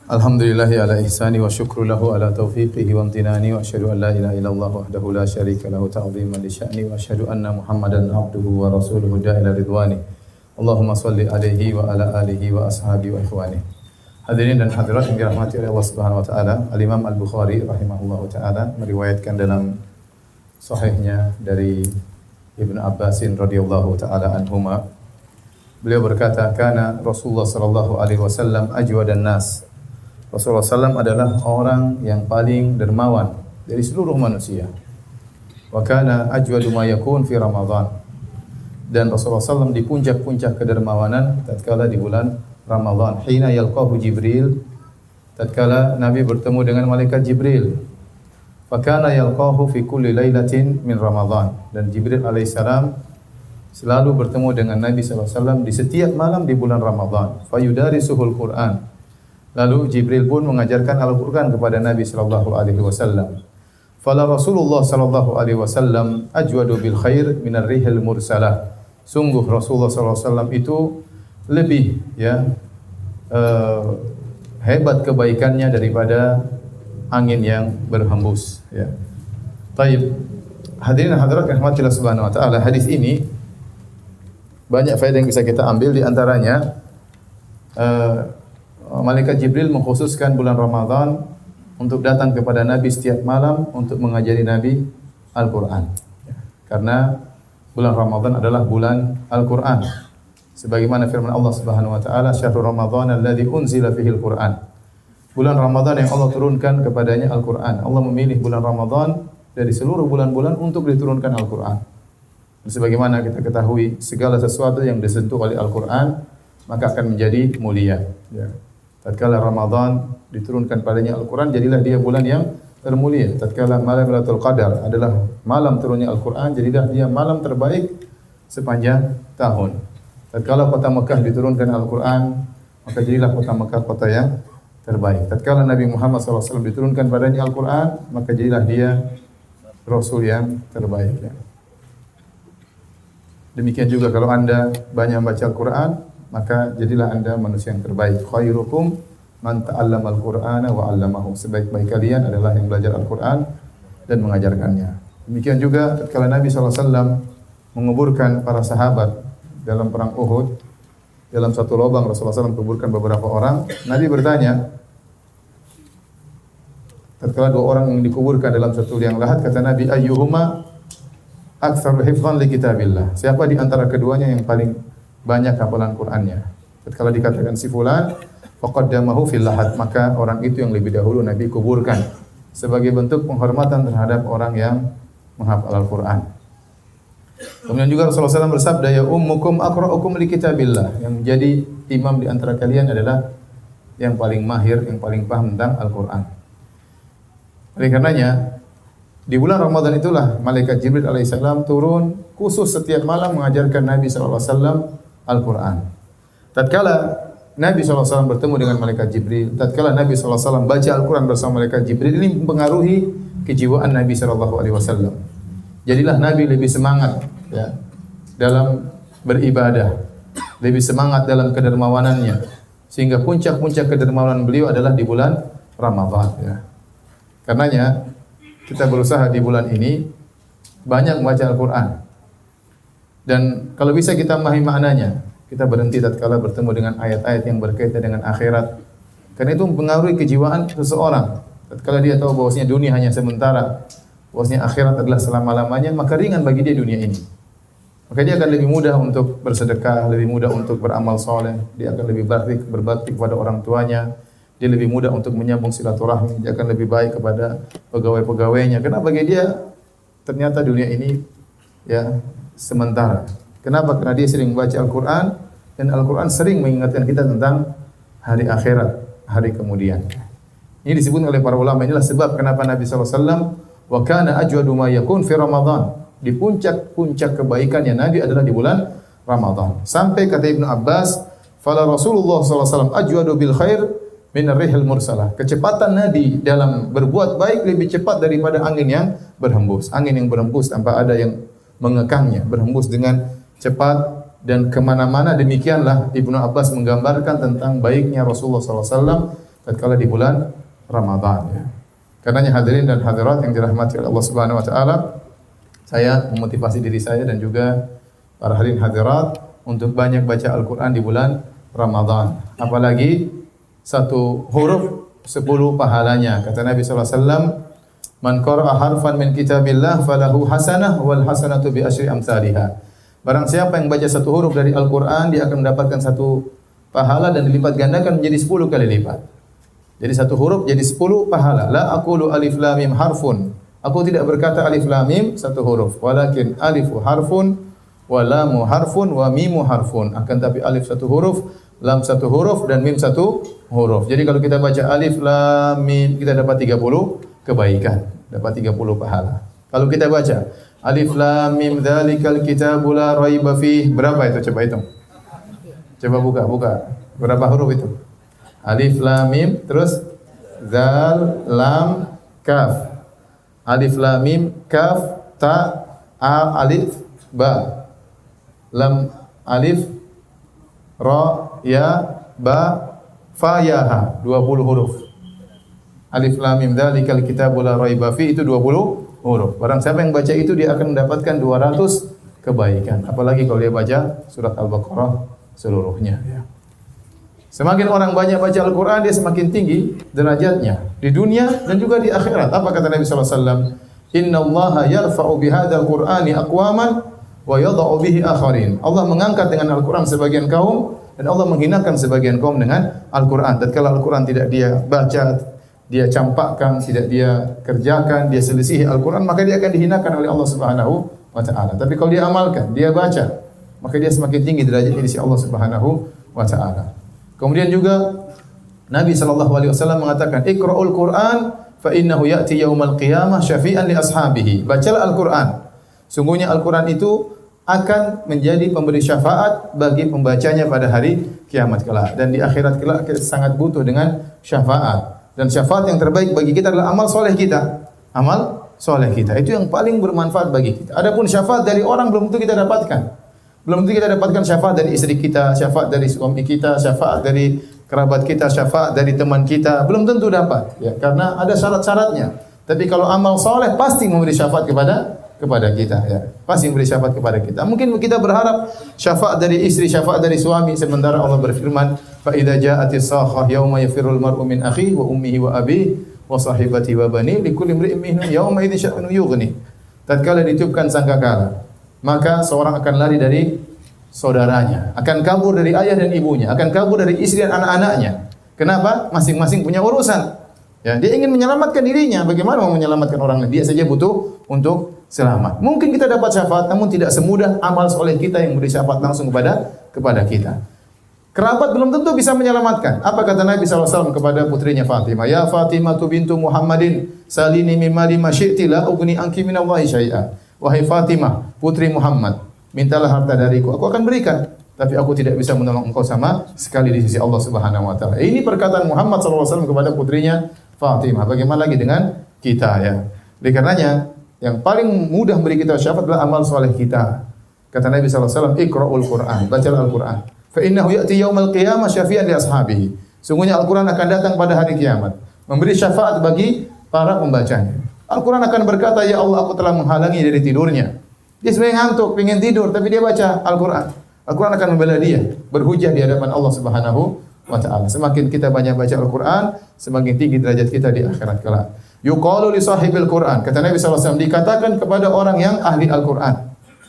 Alhamdulillahi ala ihsani wa syukru lahu ala taufiqihi wa amtinani wa asyhadu an la ilaha illallah wahdahu la syarika lahu ta'ziman li sya'ni wa asyhadu anna Muhammadan abduhu wa rasuluhu da'ila ridwani. Allahumma salli alaihi wa ala alihi wa ashabihi wa ikhwani. Hadirin dan hadirat yang dirahmati oleh Allah Subhanahu wa taala, Al-Imam Al-Bukhari rahimahullahu taala meriwayatkan dalam sahihnya dari Ibnu Abbasin radhiyallahu taala anhuma. Beliau berkata, "Kana Rasulullah sallallahu alaihi wasallam ajwadan nas." Rasulullah SAW adalah orang yang paling dermawan dari seluruh manusia. Wa kana ajwadu ma yakun fi Ramadan. Dan Rasulullah SAW di puncak-puncak kedermawanan tatkala di bulan Ramadan. Hina yalqahu Jibril, tatkala Nabi bertemu dengan malaikat Jibril. Fa kana yalqahu fi kulli lailatin min Ramadan. Dan Jibril alaihissalam selalu bertemu dengan Nabi SAW di setiap malam di bulan Ramadan. Fa yudarisuhul Qur'an. Lalu Jibril pun mengajarkan Al-Quran kepada Nabi sallallahu alaihi wasallam. Fala Rasulullah sallallahu alaihi wasallam ajwadu bil khair minar rihil mursalah. Sungguh Rasulullah sallallahu alaihi wasallam itu lebih hebat kebaikannya daripada angin yang berhembus, ya. Baik. Hadirin dan hadirat yang dirahmati Allah Subhanahu wa taala, hadis ini banyak faedah yang bisa kita ambil, di antaranya Malaikat Jibril mengkhususkan bulan Ramadan untuk datang kepada Nabi setiap malam untuk mengajari Nabi Al-Quran. Karena bulan Ramadan adalah bulan Al-Quran. Sebagaimana firman Allah Subhanahu wa taala, "Syahrul Ramadan alladzi unzila fihil Qur'an." Bulan Ramadan yang Allah turunkan kepadanya Al-Quran. Allah memilih bulan Ramadan dari seluruh bulan-bulan untuk diturunkan Al-Quran. Sebagaimana kita ketahui, segala sesuatu yang disentuh oleh Al-Quran maka akan menjadi mulia, ya. Tatkala Ramadan diturunkan padanya Al-Quran, jadilah dia bulan yang termulia. Tatkala malam Lailatul Qadar adalah malam turunnya Al-Quran, jadilah dia malam terbaik sepanjang tahun. Tatkala kota Mekah diturunkan Al-Quran, maka jadilah kota Mekah kota yang terbaik. Tatkala Nabi Muhammad SAW diturunkan padanya Al-Quran, maka jadilah dia Rasul yang terbaik, ya. Demikian juga kalau Anda banyak membaca Al-Quran, maka jadilah Anda manusia yang terbaik. Khairukum man ta'allama al-Qur'ana wa 'allamahu. Sebaik-baik kalian adalah yang belajar Al-Qur'an dan mengajarkannya. Demikian juga tatkala Nabi SAW menguburkan para sahabat dalam perang Uhud, dalam satu lubang Rasulullah SAW menguburkan beberapa orang. Nabi bertanya, tatkala dua orang yang dikuburkan dalam satu liang lahat, kata Nabi, "Ayyuhuma aktsaru hifdhan li kitabillah." Siapa di antara keduanya yang paling banyak hafalan Qur'annya? Kalau dikatakan si fulan, faqaddamahu fil lahad, maka orang itu yang lebih dahulu Nabi kuburkan sebagai bentuk penghormatan terhadap orang yang menghafal Al-Qur'an. Kemudian juga Rasulullah SAW bersabda, "Ya ummukum aqra'ukum li kitabillah." Yang menjadi imam di antara kalian adalah yang paling mahir, yang paling paham tentang Al-Qur'an. Oleh karenanya, di bulan Ramadan itulah malaikat Jibril alaihissalam turun khusus setiap malam mengajarkan Nabi SAW Al-Quran. Tatkala Nabi SAW bertemu dengan malaikat Jibril, tatkala Nabi SAW baca Al-Quran bersama malaikat Jibril, ini mempengaruhi kejiwaan Nabi SAW. Jadilah Nabi lebih semangat, ya, dalam beribadah, lebih semangat dalam kedermawanannya, sehingga puncak-puncak kedermawanan beliau adalah di bulan Ramadan, ya. Karenanya kita berusaha di bulan ini banyak membaca Al-Quran. Dan kalau bisa kita memahami maknanya, kita berhenti tatkala bertemu dengan ayat-ayat yang berkaitan dengan akhirat. Karena itu mempengaruhi kejiwaan seseorang. Tatkala dia tahu bahwasanya dunia hanya sementara, bahwasanya akhirat adalah selama-lamanya, maka ringan bagi dia dunia ini. Maka dia akan lebih mudah untuk bersedekah, lebih mudah untuk beramal soleh, dia akan lebih berbakti kepada orang tuanya, dia lebih mudah untuk menyambung silaturahmi, dia akan lebih baik kepada pegawai-pegawainya. Karena bagi dia ternyata dunia ini, ya, sementara. Kenapa? Karena dia sering membaca Al-Quran, dan Al-Quran sering mengingatkan kita tentang hari akhirat, hari kemudian. Ini disebut oleh para ulama, inilah sebab kenapa Nabi SAW wa kana ajwadu ma yakun fi Ramadan. Di puncak-puncak kebaikannya Nabi adalah di bulan Ramadan. Sampai kata Ibnu Abbas, "Fala Rasulullah SAW ajwadu bil khair min ar-rihil mursalah." Kecepatan Nabi dalam berbuat baik lebih cepat daripada angin yang berhembus. Angin yang berhembus tanpa ada yang mengekangnya, berhembus dengan cepat dan kemana-mana. Demikianlah Ibnu Abbas menggambarkan tentang baiknya Rasulullah SAW tatkala di bulan Ramadan ya. Karenanya hadirin dan hadirat yang dirahmati oleh Allah Subhanahu wa taala, saya memotivasi diri saya dan juga para hadirin hadirat untuk banyak baca Al-Qur'an di bulan Ramadan. Apalagi satu huruf 10 pahalanya. Kata Nabi sallallahu alaihi wasallam, "Man qara'a harfan min kitabillah falahu hasanah wal hasanatu bi asyri amsalihha." Barang siapa yang baca satu huruf dari Al-Qur'an, dia akan mendapatkan satu pahala dan dilipat gandakan menjadi 10 kali lipat. Jadi satu huruf jadi 10 pahala. La aqulu alif lam mim harfun. Aku tidak berkata alif lam mim satu huruf, walakin alifu harfun wa lamu harfun wa mimu harfun. Akan tapi alif satu huruf, lam satu huruf dan mim satu huruf. Jadi kalau kita baca alif lam mim kita dapat 30 kebaikan, dapat 30 pahala. Kalau kita baca alif lam mim dzalikal kitabul la raiba fih, berapa itu? Coba hitung. Coba buka. Berapa huruf itu? Alif lam mim, terus zal lam kaf. Alif lam mim kaf ta alif ba. Lam alif ra ya ba fa ya ha, 20 huruf. Alif lam mim dzalikal kitabul la raiba fi, itu 20 huruf. Barang siapa yang baca itu dia akan mendapatkan 200 kebaikan. Apalagi kalau dia baca surat Al-Baqarah seluruhnya ya. Semakin orang banyak baca Al-Qur'an, dia semakin tinggi derajatnya di dunia dan juga di akhirat. Apa kata Nabi sallallahu alaihi wasallam? Innallaha yarfa'u bihadzal Qur'ani aqwaman wa yadha'u bihi akharin. Allah mengangkat dengan Al-Qur'an sebagian kaum dan Allah menghinakan sebagian kaum dengan Al-Qur'an. Tatkala Al-Qur'an tidak dia baca, dia campakkan, tidak dia kerjakan, dia selisihi Al-Qur'an, maka dia akan dihinakan oleh Allah Subhanahu wa taala. Tapi kalau dia amalkan, dia baca, maka dia semakin tinggi derajatnya di sisi Allah Subhanahu wa taala. Kemudian juga Nabi sallallahu alaihi wasallam mengatakan, "Iqra'ul Qur'an fa innahu ya'ti yaumal qiyamah syafi'an li ashabihi." Bacalah Al-Qur'an. Sungguhnya Al-Qur'an itu akan menjadi pemberi syafaat bagi pembacanya pada hari kiamat kelak, dan di akhirat kelak kita sangat butuh dengan syafaat. Dan syafaat yang terbaik bagi kita adalah amal soleh kita. Amal soleh kita itu yang paling bermanfaat bagi kita. Adapun syafaat dari orang belum tentu kita dapatkan. Belum tentu kita dapatkan syafaat dari istri kita, syafaat dari suami kita, syafaat dari kerabat kita, syafaat dari teman kita. Belum tentu dapat, ya, karena ada syarat-syaratnya. Tapi kalau amal soleh pasti memberi syafaat kepada kita, ya. Pasti memberi syafaat kepada kita. Mungkin kita berharap syafaat dari istri, syafaat dari suami, sementara Allah berfirman, "Fa idza ja'atis sakhah yauma yafirrul mar'u min akhihi wa ummihi wa abihi wa sahibatihi wa bani likulli imri'in minhum yauma idzin sya'nun yughni." Tatkala ditiupkan sangkakala, maka seorang akan lari dari saudaranya, akan kabur dari ayah dan ibunya, akan kabur dari istri dan anak-anaknya. Kenapa? Masing-masing punya urusan. Ya, dia ingin menyelamatkan dirinya. Bagaimana mau menyelamatkan orang lain? Dia saja butuh untuk selamat. Mungkin kita dapat syafaat, namun tidak semudah amal soleh kita yang memberi syafaat langsung kepada kita. Kerabat belum tentu bisa menyelamatkan. Apa kata Nabi SAW kepada putrinya Fatimah? Ya Fatimah bintu Muhammadin, salini mimma lima syi'ti la ugni anki minallahi syai'a. Wahai Fatimah, putri Muhammad, mintalah harta dariku, aku akan berikan. Tapi aku tidak bisa menolong engkau sama sekali di sisi Allah Subhanahu wa taala. Ini perkataan Muhammad sallallahu alaihi wasallam kepada putrinya Fatimah. Bagaimana lagi dengan kita, ya? Oleh karenanya, yang paling mudah memberi kita syafaat adalah amal soleh kita. Kata Nabi sallallahu alaihi wasallam, "Iqra'ul Qur'an." Bacalah Al-Qur'an. Fa innahu ya'ti yaumal qiyamah syafi'an li ashabihi. Sungguhnya Al-Qur'an akan datang pada hari kiamat, memberi syafaat bagi para pembacanya. Al-Quran akan berkata, ya Allah, aku telah menghalangi dari tidurnya. Dia sebenarnya ngantuk, pengen tidur, tapi dia baca Al-Quran. Al-Quran akan membela dia, berhujah di hadapan Allah Subhanahu wa ta'ala. Semakin kita banyak baca Al-Quran, semakin tinggi derajat kita di akhirat kelak. Yuqalu li sahibil Quran. Kata Nabi SAW, dikatakan kepada orang yang ahli Al-Quran,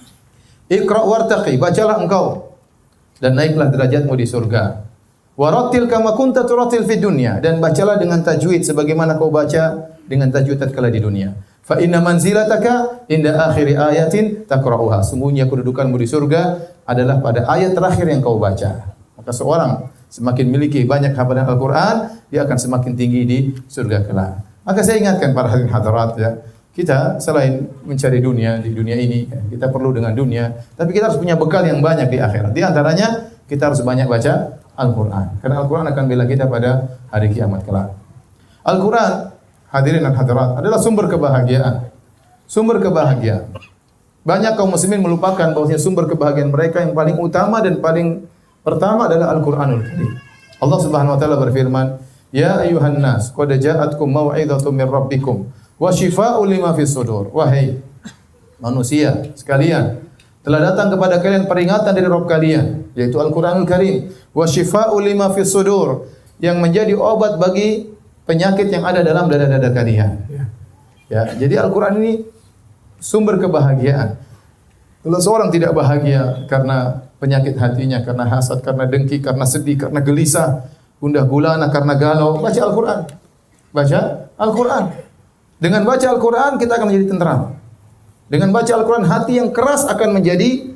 Iqra' wartaqi, bacalah engkau, dan naiklah derajatmu di surga. Warattil kama kunta turattil fid dunya, dan bacalah dengan tajwid sebagaimana kau baca dengan tajwid tatkala di dunia. Fa inna manzilataka inda akhiri ayatin taqra'uha. Sungguhnya kedudukanmu di surga adalah pada ayat terakhir yang kau baca. Maka seorang semakin memiliki banyak hafalan Al-Qur'an, dia akan semakin tinggi di surga kelak. Maka saya ingatkan para hadirin hadirat, ya, kita selain mencari dunia di dunia ini, ya, kita perlu dengan dunia, tapi kita harus punya bekal yang banyak di akhirat. Di antaranya kita harus banyak baca Al-Quran. Karena Al-Quran akan bela kita pada hari kiamat kelak. Al-Quran, hadirin dan hadirat, adalah sumber kebahagiaan. Sumber kebahagiaan. Banyak kaum muslimin melupakan bahwasanya sumber kebahagiaan mereka yang paling utama dan paling pertama adalah Al-Quranul Karim. Allah Subhanahu wa taala berfirman, Ya ayuhan nas, qad ja'atkum mau'izatun min rabbikum wa syifaa'un lima fis sudur. Wahai manusia sekalian, telah datang kepada kalian peringatan dari Rabb kalian, yaitu Al-Qur'anul Karim, wa syifaa'un lima fis sudur, yang menjadi obat bagi penyakit yang ada dalam dada-dada kalian. Ya, jadi Al-Qur'an ini sumber kebahagiaan. Kalau seorang tidak bahagia karena penyakit hatinya, karena hasad, karena dengki, karena sedih, karena gelisah, gundah gulana, karena galau, baca Al-Qur'an. Baca Al-Qur'an. Dengan baca Al-Qur'an kita akan menjadi tenteram. Dengan baca Al-Qur'an hati yang keras akan menjadi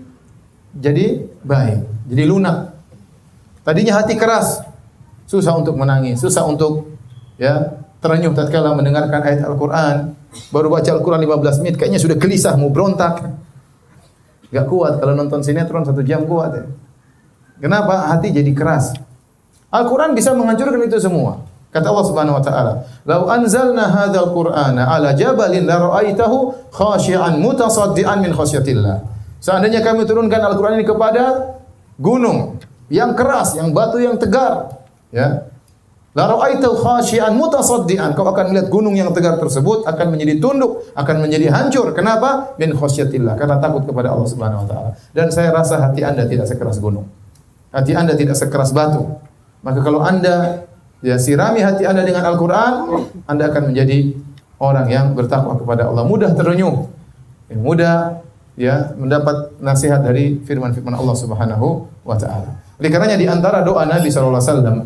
baik, jadi lunak. Tadinya hati keras, susah untuk menangis, susah untuk terenyuh tatkala mendengarkan ayat Al-Qur'an. Baru baca Al-Qur'an 15 menit kayaknya sudah gelisah, mau berontak. Gak kuat, kalau nonton sinetron 1 jam kuat ya. Kenapa? Hati jadi keras. Al-Quran bisa menghancurkan itu semua. Kata Allah Subhanahu wa taala, "Lau anzalna hadzal Qur'ana 'ala jabalin la ra'aitahu khashi'an mutasaddian min khasyatillah." Seandainya kami turunkan Al-Quran ini kepada gunung yang keras, yang batu yang tegar, ya. La ra'aitahu khashi'an mutasaddian. Kau akan melihat gunung yang tegar tersebut akan menjadi tunduk, akan menjadi hancur. Kenapa? Min khasyatillah, karena takut kepada Allah Subhanahu wa taala. Dan saya rasa hati Anda tidak sekeras gunung. Hati Anda tidak sekeras batu. Maka kalau Anda sirami hati Anda dengan Al-Qur'an, Anda akan menjadi orang yang bertakwa kepada Allah, mudah terenyuh, mudah mendapat nasihat dari firman-firman Allah Subhanahu wa taala. Oleh karenanya di antara doa Nabi sallallahu alaihi wasallam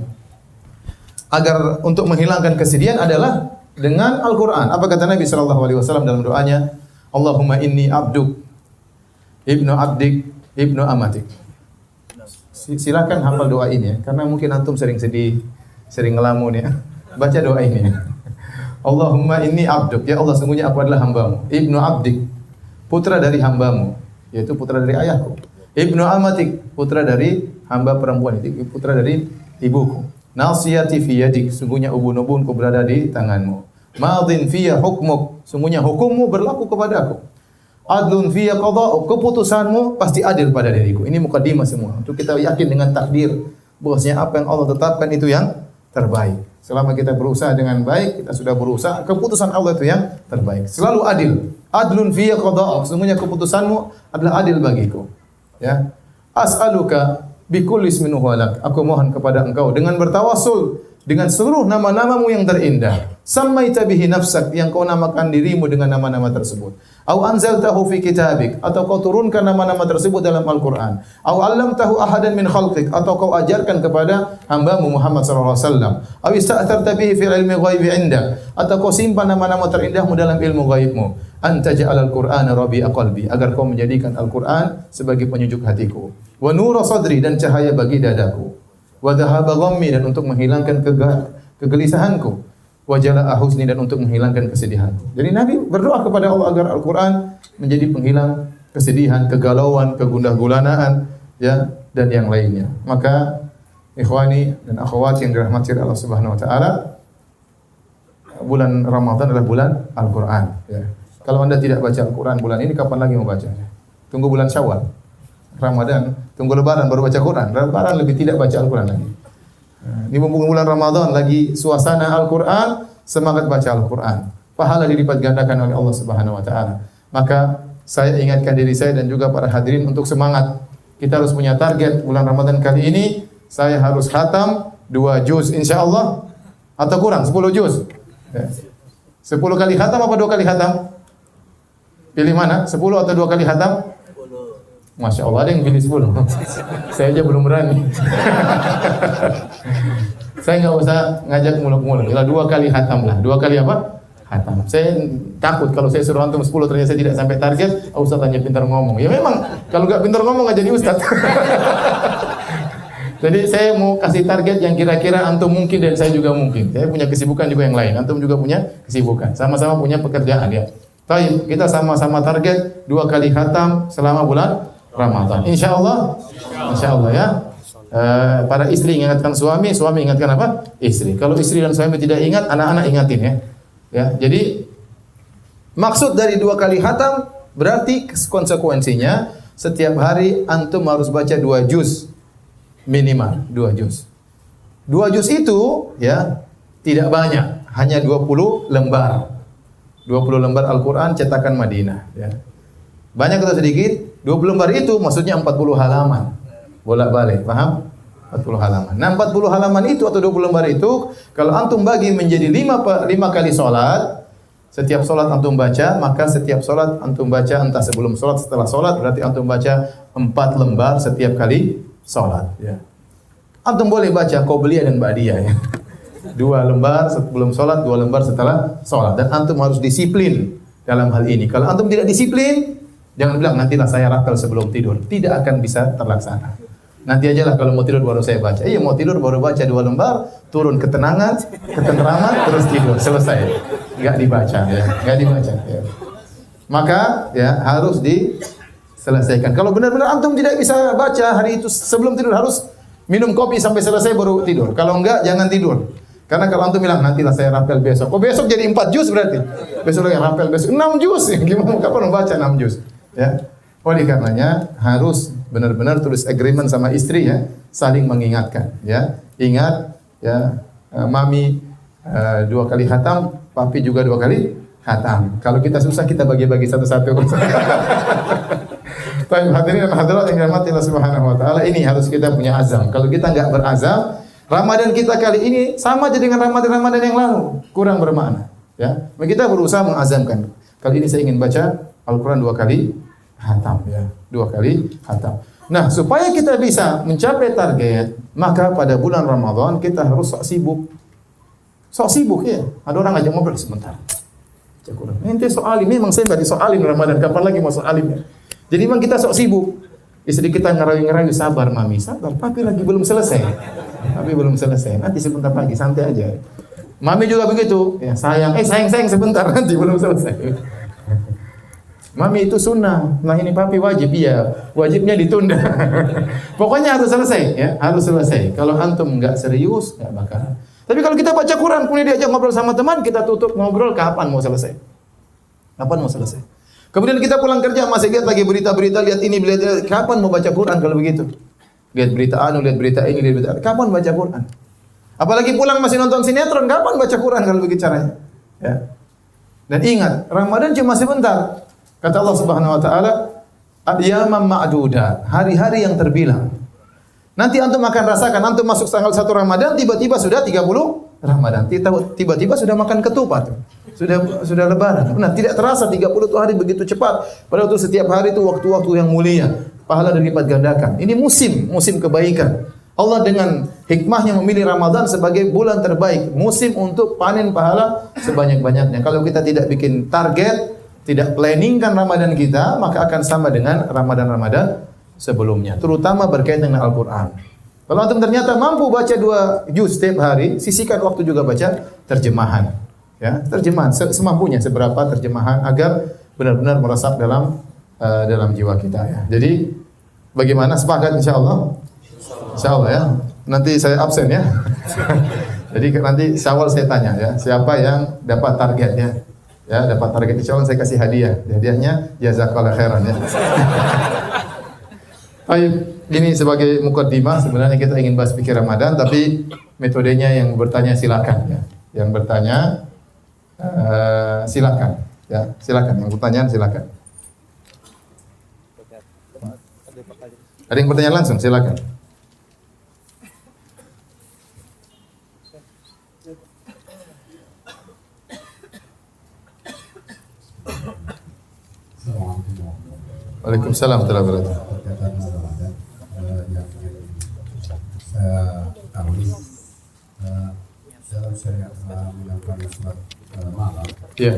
agar untuk menghilangkan kesedihan adalah dengan Al-Qur'an. Apa kata Nabi sallallahu alaihi wasallam dalam doanya? Allahumma inni abduk ibnu abdik ibnu amatik. Silakan hafal doa ini ya, karena mungkin antum sering sedih, sering ngelamun ya. Baca doa ini. Allahumma inni abduk, ya Allah sungguhnya aku adalah hambamu. Ibnu abdik, putra dari hambamu, yaitu putra dari ayahku. Ibnu amatik, putra dari hamba perempuan, itu putra dari ibuku. Nasiyati fi yadik, sungguhnya ubun-ubunku berada di tanganmu. Madin fiya hukmuk, sungguhnya hukummu berlaku kepadaku. Adlun fiya qada'uk, keputusanmu pasti adil pada diriku. Ini mukadimah semua untuk kita yakin dengan takdir bahwasanya apa yang Allah tetapkan itu yang terbaik. Selama kita berusaha dengan baik, kita sudah berusaha, keputusan Allah itu yang terbaik. Selalu adil. Adlun fiya qada'uk, sungguhnya keputusanmu adalah adil bagiku. Ya. As'aluka bikulli ismin huwa lak. Aku mohon kepada Engkau dengan bertawassul dengan seluruh nama-namamu yang terindah. Sammaita bihi nafsak, yang kau namakan dirimu dengan nama-nama tersebut. Au anzaltahu fi kitabik, atau kau turunkan nama-nama tersebut dalam Al-Qur'an. Au 'allamtahu ahadan min khalqik, atau kau ajarkan kepada hamba-Mu Muhammad sallallahu alaihi wasallam. Au ista'tharta bihi fi ilmi ghaibi 'indak, atau kau simpan nama-nama terindahmu dalam ilmu ghaibmu. Anta ja'alal Qur'ana rabi'a qalbi, agar kau menjadikan Al-Qur'an sebagai penyejuk hatiku. Wa nura sadri, dan cahaya bagi dadaku. Wa dhahaba ghammi, dan untuk menghilangkan kegelisahanku. Wa jala'a huzni, dan untuk menghilangkan kesedihanku. Jadi Nabi berdoa kepada Allah agar Al-Qur'an menjadi penghilang kesedihan, kegalauan, kegundah-gulanaan, ya, dan yang lainnya. Maka ikhwani dan akhwati yang dirahmati Allah Subhanahu wa taala, bulan Ramadan adalah bulan Al-Qur'an, ya. Kalau Anda tidak baca Al-Qur'an bulan ini, kapan lagi mau baca? Tunggu bulan Syawal. Ramadan, tunggu Lebaran baru baca Quran. Lebaran lebih tidak baca Al-Qur'an lagi. Ini mumpung bulan Ramadan lagi suasana Al-Qur'an, semangat baca Al-Qur'an. Pahala dilipat gandakan oleh Allah Subhanahu wa taala. Maka saya ingatkan diri saya dan juga para hadirin untuk semangat. Kita harus punya target bulan Ramadan kali ini, saya harus khatam 2 juz insyaallah, atau kurang 10 juz. Ya. 10 kali khatam apa 2 kali khatam? Pilih mana? 10 atau 2 kali khatam? 10. Masya Allah, ada yang pilih 10. Saya aja belum berani. Saya nggak usah ngajak muluk-muluk. Kalau 2 kali khatam lah. 2 kali apa? Khatam. Saya takut kalau saya suruh antum 10 ternyata saya tidak sampai target. Ustaz hanya pintar ngomong. Ya memang kalau nggak pintar ngomong nggak jadi ustaz. Jadi saya mau kasih target yang kira-kira antum mungkin dan saya juga mungkin. Saya punya kesibukan juga yang lain. Antum juga punya kesibukan. Sama-sama punya pekerjaan ya. Baik, kita sama-sama target 2 kali khatam selama bulan Ramadan. Insyaallah. Insyaallah ya. Para istri ingatkan suami, suami ingatkan apa? Istri. Kalau istri dan suami tidak ingat, anak-anak ingatin ya. Ya, jadi maksud dari 2 kali khatam berarti konsekuensinya setiap hari antum harus baca 2 juz minimal, 2 juz. 2 juz itu ya Tidak banyak, hanya 20 lembar. 20 lembar Al-Quran cetakan Madinah. Ya. Banyak atau sedikit? 20 lembar itu maksudnya 40 halaman. Bolak-balik, paham? 40 halaman. Nah, 40 halaman itu atau 20 lembar itu, kalau antum bagi menjadi 5 kali sholat, setiap sholat antum baca, maka setiap sholat antum baca, entah sebelum sholat, setelah sholat, berarti antum baca 4 lembar setiap kali sholat. Ya. Antum boleh baca Qobliyah dan Ba'diyah. Ya. 2 lembar sebelum sholat, 2 lembar setelah sholat. Dan antum harus disiplin dalam hal ini. Kalau antum tidak disiplin, jangan bilang nantilah saya rapel sebelum tidur. Tidak akan bisa terlaksana. Nanti aja lah kalau mau tidur baru saya baca. Iya mau tidur baru baca 2 lembar, turun ketenangan, ketenteraman, terus tidur. Selesai. Enggak dibaca ya. Enggak dibaca ya. Maka ya harus diselesaikan. Kalau benar-benar antum tidak bisa baca hari itu sebelum tidur, harus minum kopi sampai selesai baru tidur. Kalau enggak jangan tidur. Karena kalau antum bilang nantilah saya rapel besok. Oh besok jadi 4 juz berarti. Besok lagi rapel besok 6 juz. Gimana kapan membaca 6 juz? Ya. Oleh karenanya harus benar-benar tulis agreement sama istri ya, saling mengingatkan ya. Ingat ya, mami 2 kali khatam, papi juga 2 kali khatam. Kalau kita susah kita bagi-bagi satu-satu. Baik, hadirin dan hadirat yang dirahmati Allah Subhanahu wa taala, ini harus kita punya azam. Kalau kita enggak berazam, Ramadan kita kali ini sama aja dengan Ramadan yang lalu, kurang bermakna ya. Kita berusaha mengazamkan. Kali ini saya ingin baca Al-Qur'an 2 kali khatam ya, 2 kali khatam. Nah, supaya kita bisa mencapai target, maka pada bulan Ramadan kita harus sok sibuk. Sok sibuk ya. Ada orang ngajak ngobrol sebentar. Baca Quran. Ente sok alim, memang saya enggak sok alim Ramadan, kapan lagi mau sok alim ya? Jadi memang kita sok sibuk. Istri kita ngerayu-ngerayu, sabar mami, sabar. Papi lagi belum selesai. Papi belum selesai. Nanti sebentar lagi, santai aja. Mami juga begitu. Ya, sayang sebentar, nanti belum selesai. Mami itu sunnah, nah ini papi wajib, iya, wajibnya ditunda. Pokoknya harus selesai, ya, harus selesai. Kalau antum enggak serius, enggak bakal. Tapi kalau kita baca Quran, kemudian diajak ngobrol sama teman, kita tutup ngobrol, kapan mau selesai? Kapan mau selesai? Kemudian kita pulang kerja masih lihat lagi berita-berita, lihat ini, lihat kapan mau baca Quran kalau begitu? Lihat berita anu, lihat berita ini, lihat berita. Kapan baca Quran? Apalagi pulang masih nonton sinetron, kapan baca Quran kalau begitu caranya? Ya. Dan ingat, Ramadan cuma sebentar. Kata Allah Subhanahu wa taala, "Ayyaman ma'dudat", hari-hari yang terbilang. Nanti antum akan rasakan, antum masuk tanggal 1 Ramadan, tiba-tiba sudah 30 Ramadan. Tiba-tiba sudah makan ketupat. Sudah lebaran. Nah, tidak terasa 30 hari begitu cepat. Padahal itu setiap hari itu waktu-waktu yang mulia. Pahala dilipat gandakan. Ini musim kebaikan. Allah dengan hikmahnya memilih Ramadan sebagai bulan terbaik, musim untuk panen pahala sebanyak-banyaknya. Kalau kita tidak bikin target, tidak planningkan Ramadan kita, maka akan sama dengan Ramadan-Ramadan sebelumnya, terutama berkaitan dengan Al-Quran. Kalau antum ternyata mampu baca 2 juz setiap hari, sisihkan waktu juga baca terjemahan. Ya, terjemahan semampunya, seberapa terjemahan agar benar-benar meresap dalam jiwa kita ya. Jadi bagaimana, sepakat insyaallah? Insyaallah ya. Nanti saya absen ya. Jadi nanti Syawal saya tanya ya, siapa yang dapat target ya. Ya, dapat target insyaallah saya kasih hadiah. Hadiahnya jazakallahu khairan ya. Baik, ini sebagai mukaddimah, sebenarnya kita ingin bahas fikih Ramadan, tapi metodenya yang bertanya silakan ya. Yang bertanya silakan ya, silakan yang pertanyaan silakan. Ada yang bertanya langsung silakan. Waalaikumsalam warahmatullahi wabarakatuh. Saya melakukan sholat malam. Ya.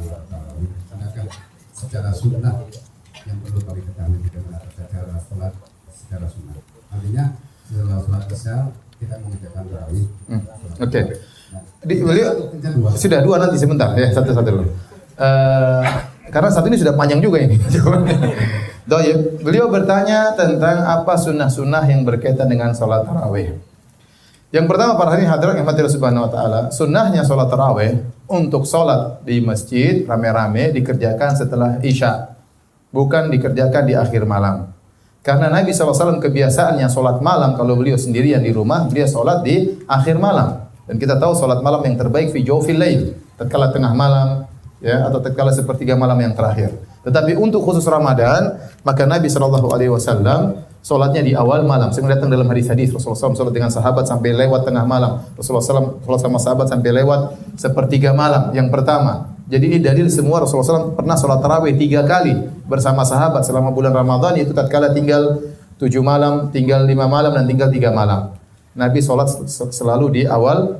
Secara sunnah yang perlu kami ketahui adalah secara sholat secara sunnah. Artinya setelah sholat isya kita mengerjakan tarawih. Oke. Beliau sudah 2 nanti sebentar ya, satu-satu dulu. Karena satu ini sudah panjang juga ini. Beliau bertanya tentang apa sunnah-sunnah yang berkaitan dengan sholat tarawih. Yang pertama, para hadirin hadirat yang Allah Subhanahu wa taala, sunnahnya sholat tarawih untuk sholat di masjid rame-rame dikerjakan setelah isya, bukan dikerjakan di akhir malam. Karena Nabi SAW kebiasaannya sholat malam, kalau beliau sendirian di rumah, beliau sholat di akhir malam. Dan kita tahu salat malam yang terbaik fi jawfil lail, tatkala tengah malam ya atau tatkala sepertiga malam yang terakhir. Tetapi untuk khusus Ramadan, maka Nabi sallallahu alaihi wasallam salatnya di awal malam. Sehingga datang dalam hadis-hadis Rasulullah SAW salat dengan sahabat sampai lewat tengah malam. Rasulullah SAW salat sama sahabat sampai lewat sepertiga malam yang pertama. Jadi ini dalil semua Rasulullah SAW pernah salat tarawih 3 kali bersama sahabat selama bulan Ramadan, yaitu tatkala tinggal 7 malam, tinggal 5 malam dan tinggal 3 malam. Nabi salat selalu di awal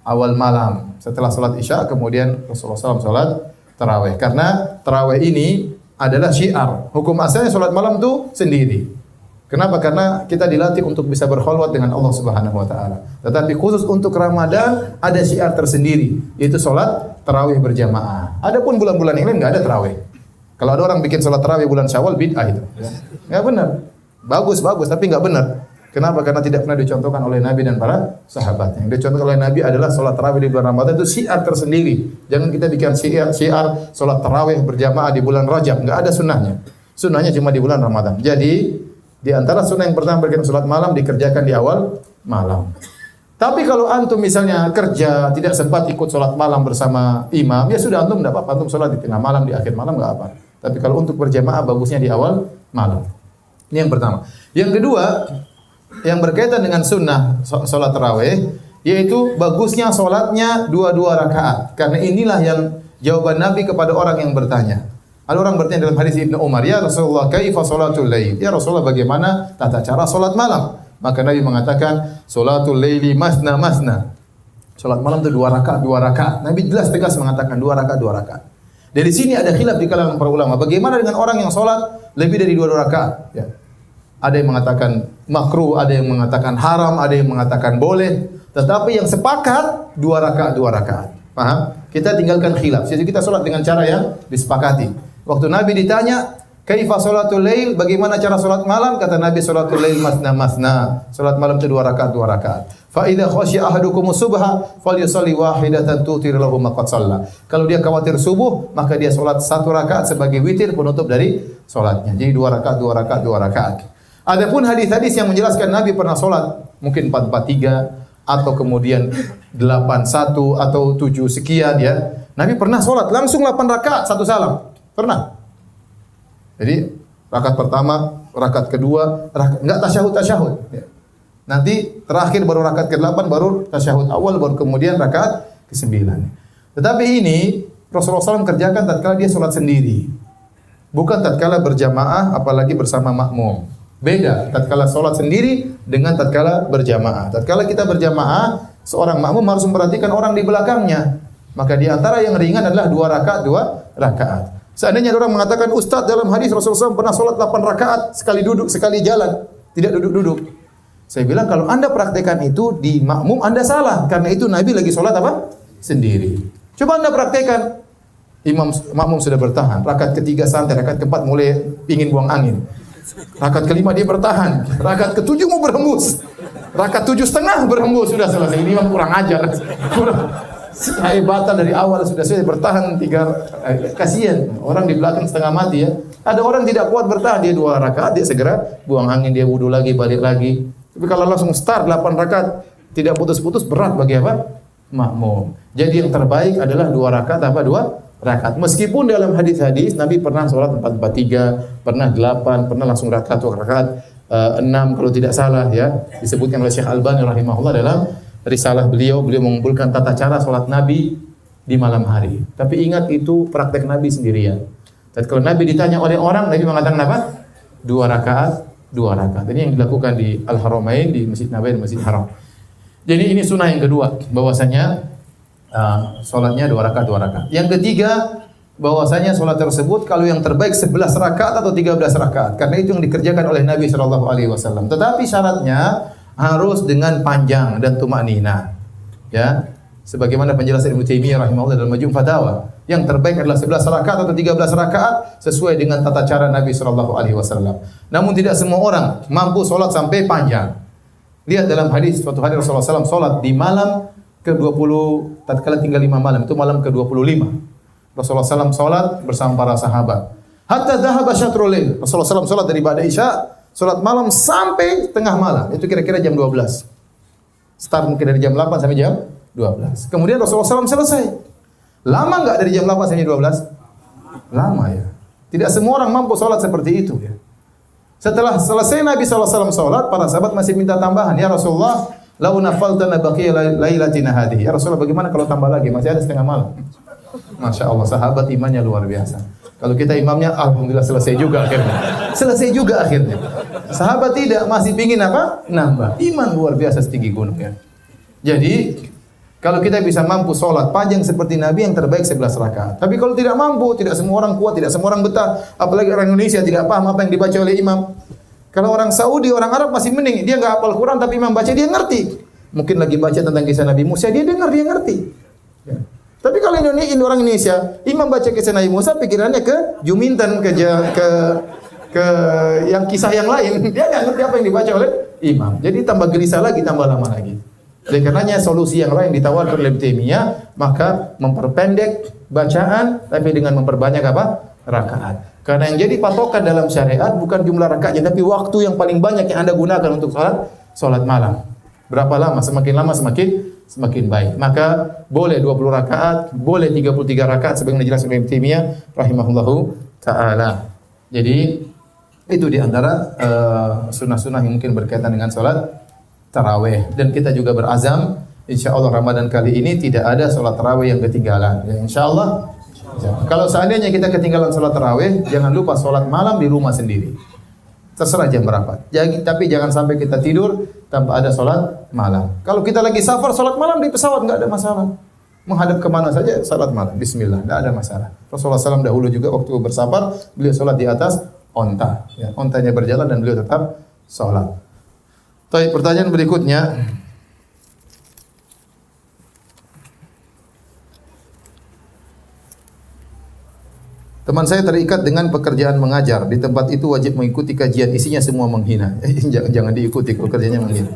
malam. Setelah salat Isya kemudian Rasulullah SAW salat tarawih. Karena tarawih ini adalah syiar. Hukum asalnya salat malam itu sendiri. Kenapa? Karena kita dilatih untuk bisa berkholwat dengan Allah Subhanahu wa taala. Tetapi khusus untuk Ramadan ada syiar tersendiri, yaitu salat tarawih berjamaah. Adapun bulan-bulan yang lain enggak ada tarawih. Kalau ada orang bikin salat tarawih bulan Syawal, bid'ah itu. Enggak benar. Bagus tapi enggak benar. Kenapa? Karena tidak pernah dicontohkan oleh Nabi dan para sahabat. Yang dicontohkan oleh Nabi adalah salat tarawih di bulan Ramadan, itu syiar tersendiri. Jangan kita bikin syiar salat tarawih berjamaah di bulan Rajab, enggak ada sunnahnya. Sunnahnya cuma di bulan Ramadan. Jadi di antara sunnah yang pertama berkaitan salat malam dikerjakan di awal malam. Tapi kalau antum misalnya kerja tidak sempat ikut salat malam bersama imam, ya sudah antum tidak apa-apa, antum salat di tengah malam, di akhir malam enggak apa. Tapi kalau untuk berjamaah bagusnya di awal malam. Ini yang pertama. Yang kedua, yang berkaitan dengan sunnah salat tarawih, yaitu bagusnya salatnya 2 rakaat. Karena inilah yang jawaban Nabi kepada orang yang bertanya. Ada orang bertanya dalam hadis Ibnu Umar, "Ya Rasulullah, kaifa salatul lail?" Ya Rasulullah, bagaimana tata cara salat malam? Maka Nabi mengatakan, "Salatul laili masna masna." Salat malam itu 2 rakaat. Nabi jelas tegas mengatakan 2 rakaat. Dari sini ada khilaf di kalangan para ulama. Bagaimana dengan orang yang salat lebih dari 2 rakaat? Ya. Ada yang mengatakan makruh, ada yang mengatakan haram, ada yang mengatakan boleh. Tetapi yang sepakat 2 rakaat. Paham? Kita tinggalkan khilaf. Jadi kita salat dengan cara yang disepakati. Waktu Nabi ditanya, "Kaifa salatul lail?" Bagaimana cara salat malam? Kata Nabi, "Salatul lail masna masna." Salat malam itu 2 rakaat. Fa idza khasya ahadukum subha falyusalli wahidatan tutir lahu ma qad shalla. Kalau dia khawatir subuh, maka dia salat 1 rakaat sebagai witir penutup dari salatnya. Jadi 2 rakaat. Adapun hadis-hadis yang menjelaskan Nabi pernah salat mungkin 4-4-3 atau kemudian 8-1 atau 7 sekian ya. Nabi pernah salat langsung 8 rakaat satu salam. Pernah. Jadi rakaat pertama, rakaat kedua, enggak tasyahud. Ya. Nanti terakhir baru rakaat ke-8, baru tasyahud awal, baru kemudian rakaat ke-9. Tetapi ini Rasulullah SAW kerjakan tatkala dia salat sendiri. Bukan tatkala berjamaah apalagi bersama makmum. Beda tatkala salat sendiri dengan tatkala berjamaah. Tatkala kita berjamaah, seorang makmum harus memperhatikan orang di belakangnya. Maka di antara yang ringan adalah 2 rakaat. Seandainya orang mengatakan, "Ustaz, dalam hadis Rasulullah SAW pernah salat 8 rakaat, sekali duduk, sekali jalan, tidak duduk-duduk." Saya bilang, kalau Anda praktekkan itu di makmum, Anda salah. Karena itu Nabi lagi salat apa? Sendiri. Coba Anda praktekkan. Makmum sudah bertahan. Rakaat ketiga santai, rakaat keempat mulai ingin buang angin. Rakaat kelima dia bertahan. Rakaat ketujuh mau berhembus. Rakaat 7,5 berhembus, sudah selesai. Ini kurang ajar. Kehebatan dari awal sudah bertahan 3, kasihan orang di belakang setengah mati ya. Ada orang tidak kuat bertahan, dia 2 rakaat dia segera buang angin, dia wudu lagi, balik lagi. Tapi kalau langsung start 8 rakaat tidak putus-putus, berat bagi apa? Makmum. Jadi yang terbaik adalah 2 rakaat. Meskipun dalam hadis-hadis Nabi pernah salat 4-4-3, pernah 8, pernah langsung rakaat 6 kalau tidak salah ya. Disebutkan oleh Syekh Albani rahimahullah dalam risalah beliau mengumpulkan tata cara salat Nabi di malam hari. Tapi ingat itu praktek Nabi sendirian. Dan kalau Nabi ditanya oleh orang, Nabi mengatakan apa? 2 rakaat. Ini yang dilakukan di Al-Haramain, di Masjid Nabawi dan Masjid Haram. Jadi ini sunnah yang kedua, bahwasanya salatnya 2 rakaat. Yang ketiga, bahwasanya salat tersebut kalau yang terbaik 11 rakaat atau 13 rakaat. Karena itu yang dikerjakan oleh Nabi sallallahu alaihi wasallam. Tetapi syaratnya harus dengan panjang dan tumaknina. Ya. Sebagaimana penjelasan Ibnu Taimiyah rahimahullah dalam Majmu' Fatawa, yang terbaik adalah 11 rakaat atau 13 rakaat sesuai dengan tata cara Nabi sallallahu alaihi wasallam. Namun tidak semua orang mampu salat sampai panjang. Lihat dalam hadis, suatu hari Rasulullah SAW salat di malam ke-20 tatkala tinggal 5 malam, itu malam ke-25. Rasulullah SAW salat bersama para sahabat. Hatta dhahaba syatrul lail. Rasulullah SAW salat dari ba'da Isya, salat malam sampai tengah malam. Itu kira-kira jam 12. Start mungkin dari jam 8 sampai jam 12. Kemudian Rasulullah SAW selesai. Lama nggak dari jam 8 sampai 12? Lama ya. Tidak semua orang mampu sholat seperti itu ya. Setelah selesai Nabi SAW sholat, para sahabat masih minta tambahan. Ya Rasulullah, lau nafaltana baqiya lailatina hadhihi. Ya Rasulullah, bagaimana kalau tambah lagi? Masih ada setengah malam. Masya Allah, sahabat imannya luar biasa. Kalau kita imamnya, alhamdulillah selesai juga akhirnya. Selesai juga akhirnya. Sahabat tidak, masih pingin apa? Nambah. Iman luar biasa setinggi gunung ya. Jadi, kalau kita bisa mampu sholat panjang seperti Nabi, yang terbaik 11 rakaat. Tapi kalau tidak mampu, tidak semua orang kuat, tidak semua orang betah. Apalagi orang Indonesia tidak paham apa yang dibaca oleh imam. Kalau orang Saudi, orang Arab masih mending. Dia nggak hafal Quran, tapi imam baca, dia ngerti. Mungkin lagi baca tentang kisah Nabi Musa, dia dengar, dia ngerti. Ya. Tapi kalau orang Indonesia, imam baca kisah Nabi Musa, pikirannya ke Juminten, ke yang kisah yang lain. Dia nggak ngerti apa yang dibaca oleh imam. Jadi tambah gelisah lagi, tambah lama lagi. Oleh karenanya solusi yang lain ditawarkan oleh Ibnu Taimiyah, maka memperpendek bacaan tapi dengan memperbanyak apa? Rakaat. Karena yang jadi patokan dalam syariat bukan jumlah rakaatnya, tapi waktu yang paling banyak yang Anda gunakan untuk salat malam. Berapa lama? Semakin lama semakin baik. Maka boleh 20 rakaat, boleh 33 rakaat sebagaimana dijelaskan oleh Ibnu Taimiyah rahimahullahu taala. Jadi itu di antara sunnah-sunnah yang mungkin berkaitan dengan salat tarawih, dan kita juga berazam insyaallah Ramadan kali ini tidak ada salat tarawih yang ketinggalan ya, insyaallah. Kalau seandainya kita ketinggalan salat tarawih, jangan lupa salat malam di rumah sendiri, terserah jam berapa. Tapi jangan sampai kita tidur tanpa ada salat malam. Kalau kita lagi safar, salat malam di pesawat enggak ada masalah, menghadap kemana saja salat malam, bismillah, enggak ada masalah. Rasulullah SAW dahulu juga waktu bersafar, beliau salat di atas onta ya, ontanya berjalan dan beliau tetap salat. Baik, pertanyaan berikutnya. Teman saya terikat dengan pekerjaan mengajar. Di tempat itu wajib mengikuti kajian, isinya semua menghina. Jangan diikuti kalau kerjanya menghina.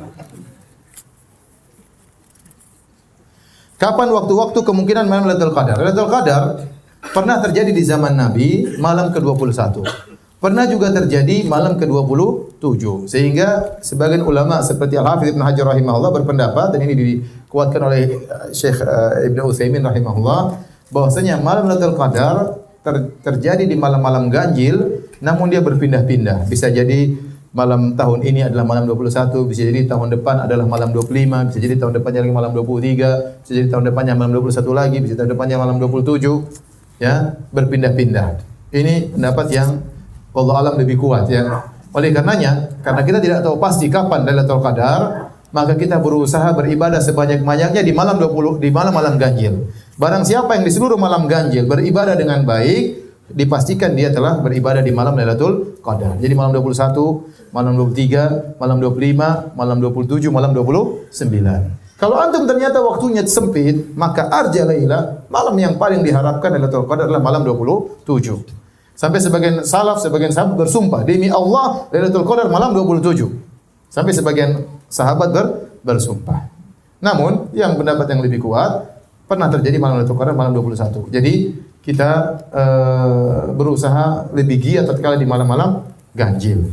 Kapan waktu-waktu kemungkinan malam Lailatul Qadar? Lailatul Qadar pernah terjadi di zaman Nabi, malam ke-21. Pernah juga terjadi malam ke-27. Sehingga sebagian ulama seperti Al-Hafidz Ibnu Hajar rahimahullah berpendapat, dan ini dikuatkan oleh Syekh Ibnu Utsaimin rahimahullah, bahwasanya malam Lailatul Qadar terjadi di malam-malam ganjil, namun dia berpindah-pindah. Bisa jadi malam tahun ini adalah malam 21, bisa jadi tahun depan adalah malam 25, bisa jadi tahun depannya lagi malam 23, bisa jadi tahun depannya malam 21 lagi, bisa tahun depannya malam 27. Ya, berpindah-pindah. Ini pendapat yang wallahu alam lebih kuat ya. Oleh karenanya, karena kita tidak tahu pasti kapan Lailatul Qadar, maka kita berusaha beribadah sebanyak-banyaknya di malam 20, di malam-malam ganjil. Barang siapa yang di seluruh malam ganjil beribadah dengan baik, dipastikan dia telah beribadah di malam Lailatul Qadar. Jadi malam 21, malam 23, malam 25, malam 27, malam 29. Kalau antum ternyata waktunya sempit, maka arja laila, malam yang paling diharapkan Lailatul Qadar adalah malam 27. Sampai sebagian salaf, sebagian sahabat bersumpah, demi Allah Lailatul Qadar malam 27. Sampai sebagian sahabat bersumpah. Namun, yang pendapat yang lebih kuat, pernah terjadi malam Lailatul Qadar malam 21. Jadi, kita berusaha lebih giat tatkala di malam-malam ganjil.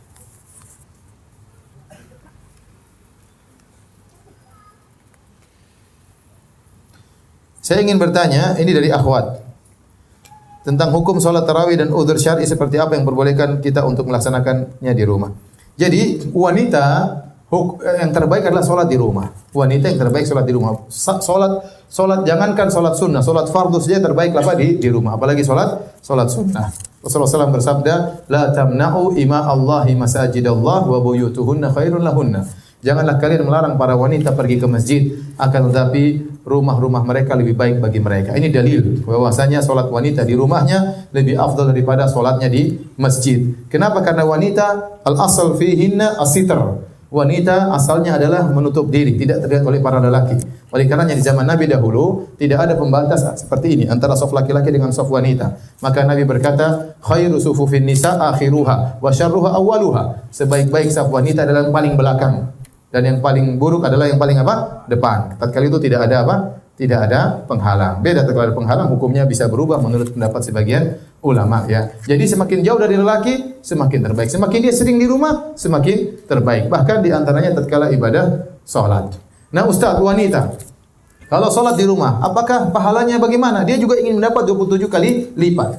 Saya ingin bertanya, ini dari akhwat, tentang hukum sholat tarawih dan udzur syar'i seperti apa yang memperbolehkan kita untuk melaksanakannya di rumah. Jadi wanita yang terbaik adalah sholat di rumah. Wanita yang terbaik sholat di rumah. Sholat jangankan sholat sunnah, sholat fardu saja terbaiklah di rumah. Apalagi sholat sunnah. Rasulullah SAW bersabda, la tamna'u ima Allahi masajidallah wa buyutuhunna khairun lahunna. Janganlah kalian melarang para wanita pergi ke masjid, akan tetapi rumah-rumah mereka lebih baik bagi mereka. Ini dalil bahwasanya salat wanita di rumahnya lebih afdal daripada salatnya di masjid. Kenapa? Karena wanita al-asal fihinna as-sitr. Wanita asalnya adalah menutup diri, tidak terlihat oleh para lelaki. Oleh karenanya di zaman Nabi dahulu tidak ada pembatas seperti ini antara saf laki-laki dengan saf wanita. Maka Nabi berkata, khairu sufufin nisa akhiruha wa syarruha awwaluha. Sebaik-baik saf wanita adalah yang paling belakang. Dan yang paling buruk adalah yang paling apa? Depan. Tatkala itu tidak ada apa? Tidak ada penghalang. Beda tatkala ada penghalang, hukumnya bisa berubah menurut pendapat sebagian ulama ya. Jadi semakin jauh dari lelaki, semakin terbaik. Semakin dia sering di rumah, semakin terbaik. Bahkan di antaranya tatkala ibadah salat. Nah, Ustaz, wanita Kalau sholat di rumah, apakah pahalanya bagaimana? Dia juga ingin mendapat 27 kali lipat.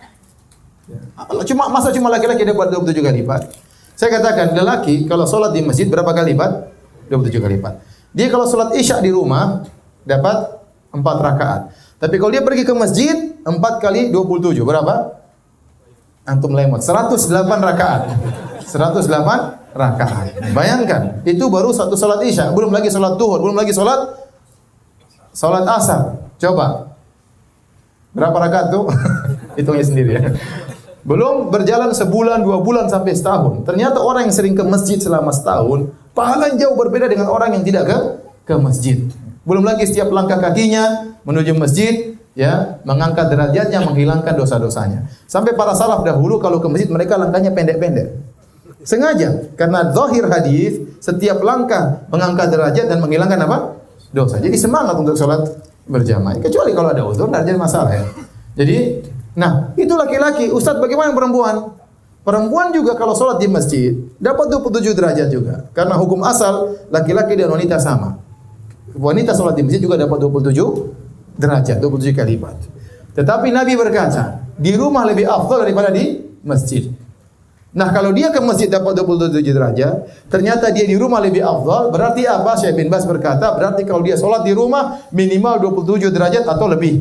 Masa cuma laki-laki dapat 27 kali lipat? Saya katakan, lelaki kalau sholat di masjid berapa kali lipat? 27 kali lipat. Dia kalau sholat isya di rumah dapat 4 rakaat. Tapi kalau dia pergi ke masjid 4 kali 27 berapa? Antum lemot 108 rakaat. 108 rakaat. Bayangkan, itu baru satu sholat isya, belum lagi sholat duhur, belum lagi sholat asar. Coba. Berapa rakaat tuh? Hitungnya sendiri ya. Belum berjalan sebulan, 2 bulan sampai setahun. Ternyata orang yang sering ke masjid selama setahun, pahalanya jauh berbeda dengan orang yang tidak ke masjid. Belum lagi setiap langkah kakinya menuju masjid, ya, mengangkat derajatnya, menghilangkan dosa-dosanya. Sampai para salaf dahulu kalau ke masjid mereka langkahnya pendek-pendek. Sengaja, karena zahir hadis setiap langkah mengangkat derajat dan menghilangkan apa? Dosa. Jadi semangat untuk sholat berjamaah. Kecuali kalau ada uzur, tidak jadi masalah ya. Jadi, nah, itu laki-laki. Ustaz, bagaimana perempuan? Perempuan juga kalau sholat di masjid dapat 27 derajat juga. Karena hukum asal laki-laki dan wanita sama. Wanita sholat di masjid juga dapat 27 derajat, 27 kali lipat. Tetapi Nabi berkata, di rumah lebih afdal daripada di masjid. Nah, kalau dia ke masjid dapat 27 derajat, ternyata dia di rumah lebih afdal, berarti apa? Syekh bin Baz berkata, berarti kalau dia sholat di rumah minimal 27 derajat atau lebih.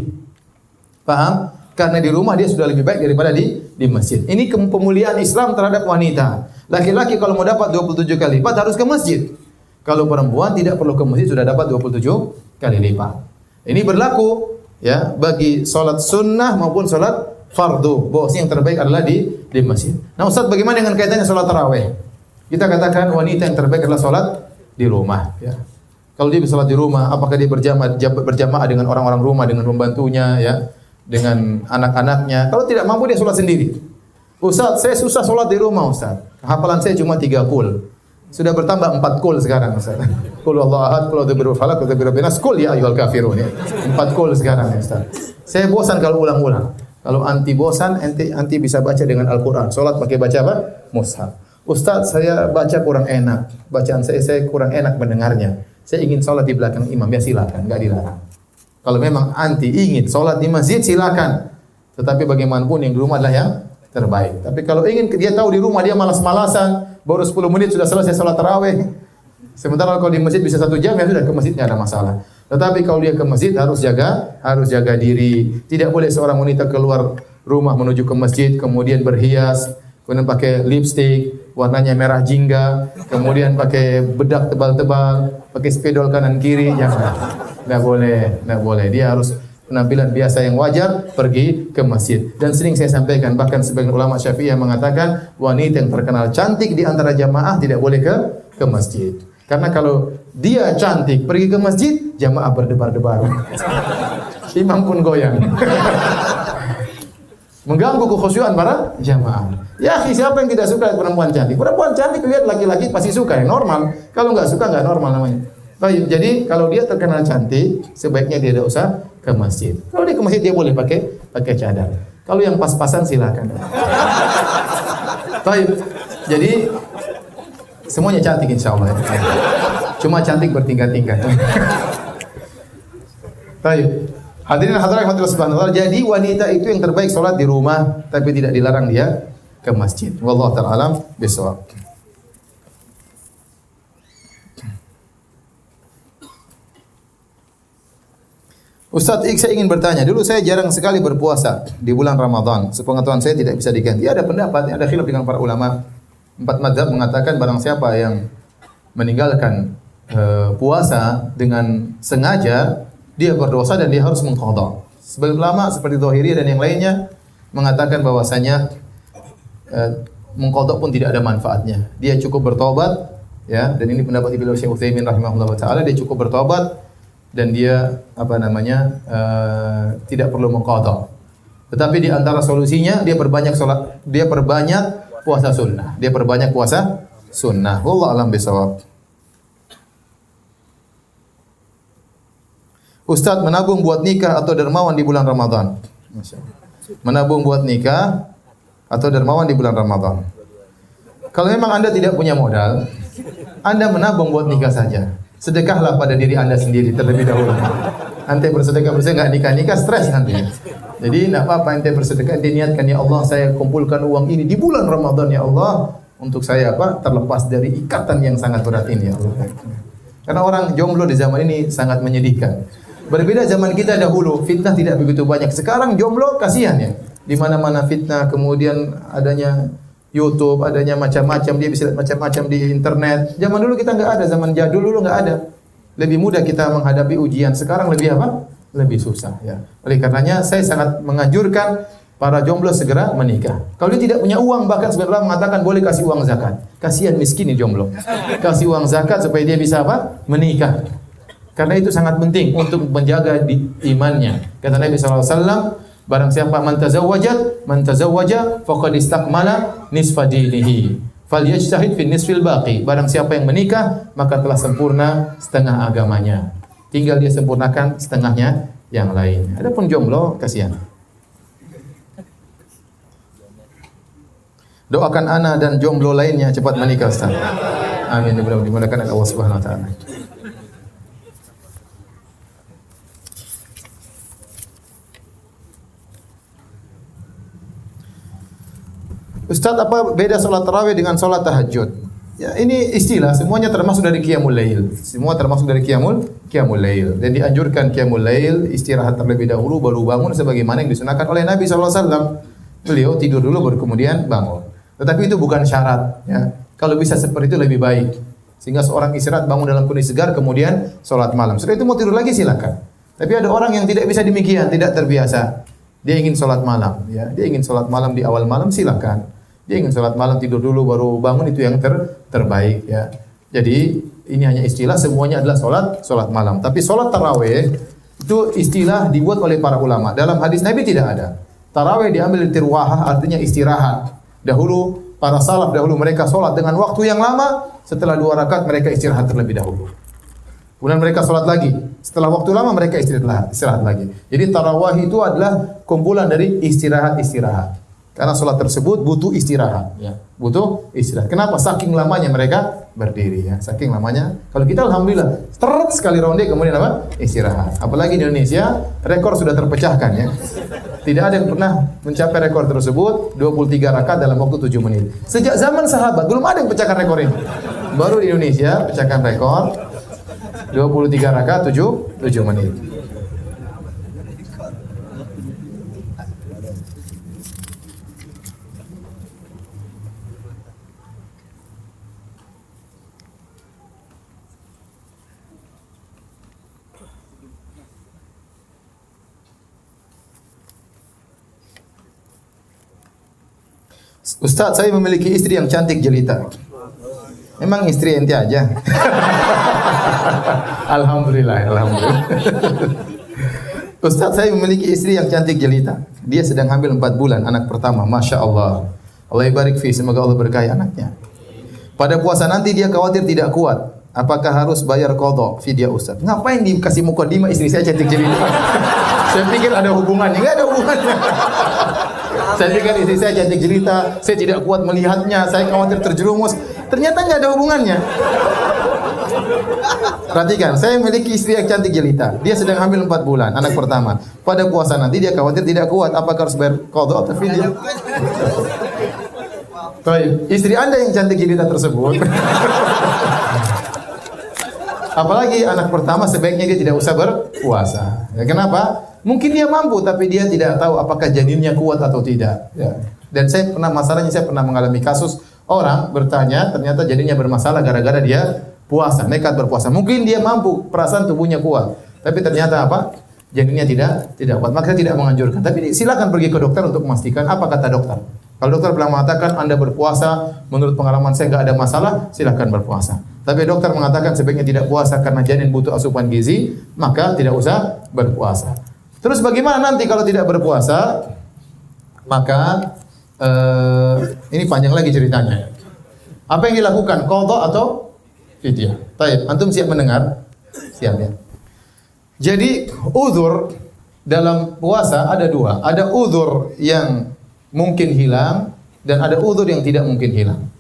Paham? Karena di rumah dia sudah lebih baik daripada di masjid. Ini pemuliaan Islam terhadap wanita. Laki-laki kalau mau dapat 27 kali lipat harus ke masjid. Kalau perempuan tidak perlu ke masjid sudah dapat 27 kali lipat. Ini berlaku ya bagi salat sunnah maupun salat fardu. Bahwasanya yang terbaik adalah di masjid. Nah, Ustaz, bagaimana dengan kaitannya salat tarawih? Kita katakan wanita yang terbaik adalah salat di rumah ya. Kalau dia bisa salat di rumah, apakah dia berjamaah dengan orang-orang rumah, dengan pembantunya ya, dengan anak-anaknya? Kalau tidak mampu dia salat sendiri. Ustaz, saya susah salat di rumah, Ustaz. Hafalan saya cuma 3 kul. Sudah bertambah 4 kul sekarang, Ustaz. Kul wallahu ahad, kul a'udzu birabbil falaq, kul a'udzu birabbin nas, kul ya ayyuhal kafirun ya. 4 kul sekarang, Ustaz. Saya bosan kalau ulang-ulang. Kalau anti bosan, anti bisa baca dengan Al-Qur'an. Salat pakai baca apa? Mushaf. Ustaz, saya baca kurang enak. Bacaan saya kurang enak mendengarnya. Saya ingin salat di belakang imam. Ya silakan, enggak dilarang. Kalau memang anti ingin salat di masjid silakan. Tetapi bagaimanapun yang di rumah adalah yang terbaik. Tapi kalau ingin dia tahu di rumah dia malas-malasan, baru 10 menit sudah selesai salat tarawih. Sementara kalau di masjid bisa 1 jam ya sudah ke masjid enggak ada masalah. Tetapi kalau dia ke masjid harus jaga diri. Tidak boleh seorang wanita keluar rumah menuju ke masjid kemudian berhias, kemudian pakai lipstik warnanya merah jingga, kemudian pakai bedak tebal-tebal, pakai spidol kanan kiri, jangan. Enggak boleh. Dia harus penampilan biasa yang wajar pergi ke masjid. Dan sering saya sampaikan, bahkan sebagian ulama Syafi'iyah mengatakan wanita yang terkenal cantik di antara jamaah tidak boleh ke masjid. Karena kalau dia cantik pergi ke masjid, jamaah berdebar-debar. Imam pun goyang. Mengganggu kekhusyuan para jamaah. Ya, siapa yang tidak suka perempuan cantik? Perempuan cantik lihat laki-laki pasti suka, ya normal. Kalau enggak suka enggak normal namanya. Baik, jadi kalau dia terkenal cantik, sebaiknya dia tidak usah ke masjid. Kalau dia ke masjid dia boleh pakai cadar. Kalau yang pas-pasan silakan. Baik. Jadi semuanya cantik insyaallah. Cuma cantik bertingkat-tingkat. Baik. Hadirin hadirat rahmatullah subhanahu wa ta'ala. Jadi wanita itu yang terbaik salat di rumah tapi tidak dilarang dia ke masjid. Wallahu ta'ala alam bisawab. Ustaz, saya ingin bertanya. Dulu saya jarang sekali berpuasa di bulan Ramadan. Sepengetahuan saya tidak bisa diganti. Ada pendapat, ada khilaf dengan para ulama. 4 mazhab mengatakan barang siapa yang meninggalkan puasa dengan sengaja, dia berdosa dan dia harus mengqadha. Sebagian ulama seperti Zahiriyah dan yang lainnya mengatakan bahwasanya mengqadha pun tidak ada manfaatnya. Dia cukup bertobat ya, dan ini pendapat Ibnu Syekh Utsaimin rahimahullah taala, dia cukup bertobat dan dia tidak perlu mengqadha. Tetapi di antara solusinya dia perbanyak salat, dia perbanyak puasa sunnah. Dia perbanyak puasa sunnah. Wallahu a'lam bishawab. Ustaz, menabung buat nikah atau dermawan di bulan Ramadan? Menabung buat nikah atau dermawan di bulan Ramadan? Kalau memang Anda tidak punya modal, Anda menabung buat nikah saja. sedekahlah pada diri Anda sendiri terlebih dahulu. Ante bersedekah nggak nikah stres nanti. Jadi tidak apa-apa ente bersedekah, ente niatkan, ya Allah saya kumpulkan uang ini di bulan Ramadan ya Allah untuk saya terlepas dari ikatan yang sangat berat ini ya Allah. Karena orang jomblo di zaman ini sangat menyedihkan. Berbeda zaman kita dahulu, fitnah tidak begitu banyak. Sekarang jomblo kasihan ya. Di mana-mana fitnah, kemudian adanya YouTube, adanya macam-macam, dia bisa lihat macam-macam di internet. Zaman dulu kita nggak ada, zaman jadul dulu nggak ada. Lebih mudah kita menghadapi ujian. Sekarang lebih lebih susah ya. Oleh karenanya saya sangat menganjurkan para jomblo segera menikah. Kalau dia tidak punya uang, bahkan sebenarnya mengatakan boleh kasih uang zakat. Kasihan miskin nih jomblo. Kasih uang zakat supaya dia bisa menikah. Karena itu sangat penting untuk menjaga imannya. Kata Nabi SAW, barang siapa man tazawwaja faqad istakmala nisfa dinihi. Falyajtahid fi nisfil baqi. Barang siapa yang menikah, maka telah sempurna setengah agamanya. Tinggal dia sempurnakan setengahnya yang lain. Adapun jomblo, kasihan. Doakan ana dan jomblo lainnya cepat menikah, Ustaz. Amin. Dimudahkan oleh Allah Subhanahu wa taala. Ustaz, apa beda salat tarawih dengan salat tahajud? Ya, ini istilah, semuanya termasuk dari qiyamul lail. Semua termasuk dari qiyamul lail. Dan dianjurkan qiyamul lail, istirahat terlebih dahulu baru bangun sebagaimana yang disunahkan oleh Nabi SAW. Beliau tidur dulu baru kemudian bangun. Tetapi itu bukan syarat ya. Kalau bisa seperti itu lebih baik. Sehingga seorang istirahat bangun dalam kondisi segar kemudian salat malam. Setelah itu mau tidur lagi silakan. Tapi ada orang yang tidak bisa demikian, tidak terbiasa. Dia ingin salat malam ya. Dia ingin salat malam di awal malam, silakan. Dia ingin salat malam tidur dulu baru bangun, itu yang terbaik ya. Jadi ini hanya istilah, semuanya adalah salat malam. Tapi salat tarawih itu istilah dibuat oleh para ulama. Dalam hadis Nabi tidak ada. Tarawih diambil dari tirwahah, artinya istirahat. Dahulu para salaf mereka salat dengan waktu yang lama, setelah 2 rakaat mereka istirahat terlebih dahulu. Kemudian mereka salat lagi. Setelah waktu lama mereka istirahat lagi. Jadi tarawih itu adalah kumpulan dari istirahat. Karena sholat tersebut butuh istirahat, ya. Butuh istirahat. Kenapa? Saking lamanya mereka berdiri, ya. Saking lamanya. Kalau kita alhamdulillah, sekali ronde kemudian istirahat. Apalagi di Indonesia, rekor sudah terpecahkan, ya. Tidak ada yang pernah mencapai rekor tersebut 23 rakaat dalam waktu 7 menit. Sejak zaman sahabat belum ada yang pecahkan rekor ini. Baru di Indonesia pecahkan rekor 23 rakaat 7 menit. Ustaz, saya memiliki istri yang cantik jelita. Memang istri ente aja. Alhamdulillah. Ustaz, saya memiliki istri yang cantik jelita. Dia sedang hamil 4 bulan, anak pertama. Masya Allah. Allah barik fi, semoga Allah berkahi anaknya. Pada puasa nanti dia khawatir tidak kuat. Apakah harus bayar qadha fidyah Ustaz? Ngapain dikasih mukadimah istri saya cantik jelita? Saya pikir ada hubungannya. Enggak ada hubungannya. Saya pikir istri saya cantik jelita, saya tidak kuat melihatnya, saya khawatir terjerumus. Ternyata nggak ada hubungannya. Perhatikan, saya memiliki istri yang cantik jelita. Dia sedang hamil 4 bulan, anak pertama. Pada puasa nanti dia khawatir tidak kuat. Apakah harus bayar qadha atau fidyah? Baik, istri Anda yang cantik jelita tersebut. Apalagi anak pertama, sebaiknya dia tidak usah berpuasa. Ya, kenapa? Mungkin dia mampu, tapi dia tidak tahu apakah janinnya kuat atau tidak. Ya. Dan saya pernah mengalami kasus orang bertanya, ternyata janinnya bermasalah gara-gara dia puasa, nekat berpuasa. Mungkin dia mampu, perasaan tubuhnya kuat, tapi ternyata janinnya tidak kuat. Maka saya tidak menganjurkan. Tapi silakan pergi ke dokter untuk memastikan apa kata dokter. Kalau dokter bilang mengatakan Anda berpuasa, menurut pengalaman saya nggak ada masalah, silakan berpuasa. Tapi dokter mengatakan sebaiknya tidak puasa karena janin butuh asupan gizi, maka tidak usah berpuasa. Terus bagaimana nanti kalau tidak berpuasa? Maka ini panjang lagi ceritanya. Apa yang dilakukan? Qadha atau fidyah? Baik, antum siap mendengar? Siap ya. Jadi uzur dalam puasa ada 2. Ada uzur yang mungkin hilang dan ada uzur yang tidak mungkin hilang.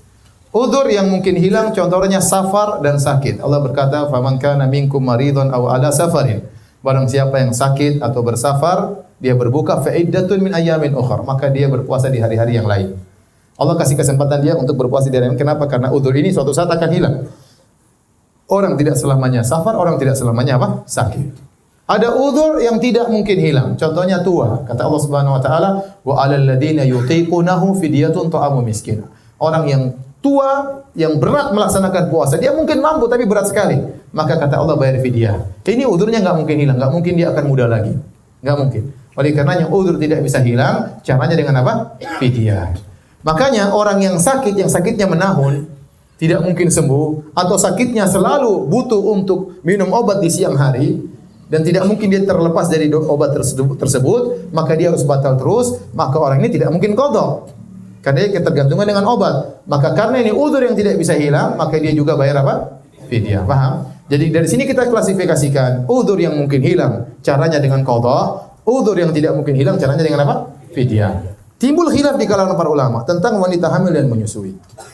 Udzur yang mungkin hilang contohnya safar dan sakit. Allah berkata, "Faman kana minkum maridun aw ala safarin." Barang siapa yang sakit atau bersafar, dia berbuka fa iddatun min ayyamin ukhra, maka dia berpuasa di hari-hari yang lain. Allah kasih kesempatan dia untuk berpuasa di hari lain. Kenapa? Karena udzur ini suatu saat akan hilang. Orang tidak selamanya safar, orang tidak selamanya apa? Sakit. Ada udzur yang tidak mungkin hilang. Contohnya tua. Kata Allah Subhanahu wa taala, "Wa 'alal ladzina yutiqunahu fidyatun ta'amu miskin." Orang yang tua yang berat melaksanakan puasa, dia mungkin mampu tapi berat sekali. Maka kata Allah bayar fidyah. Ini udzurnya enggak mungkin hilang, enggak mungkin dia akan muda lagi. Enggak mungkin. Oleh karenanya udzur tidak bisa hilang, caranya dengan apa? Fidyah. Makanya orang yang sakit, yang sakitnya menahun, tidak mungkin sembuh atau sakitnya selalu butuh untuk minum obat di siang hari dan tidak mungkin dia terlepas dari obat tersebut, maka dia harus batal terus, maka orang ini tidak mungkin qadha. Karena dia ketergantungan dengan obat. Maka karena ini udzur yang tidak bisa hilang, maka dia juga bayar apa? Fidyah. Paham? Jadi dari sini kita klasifikasikan udzur yang mungkin hilang, caranya dengan qadha. Udzur yang tidak mungkin hilang, caranya dengan apa? Fidyah. Timbul khilaf di kalangan para ulama tentang wanita hamil dan menyusui.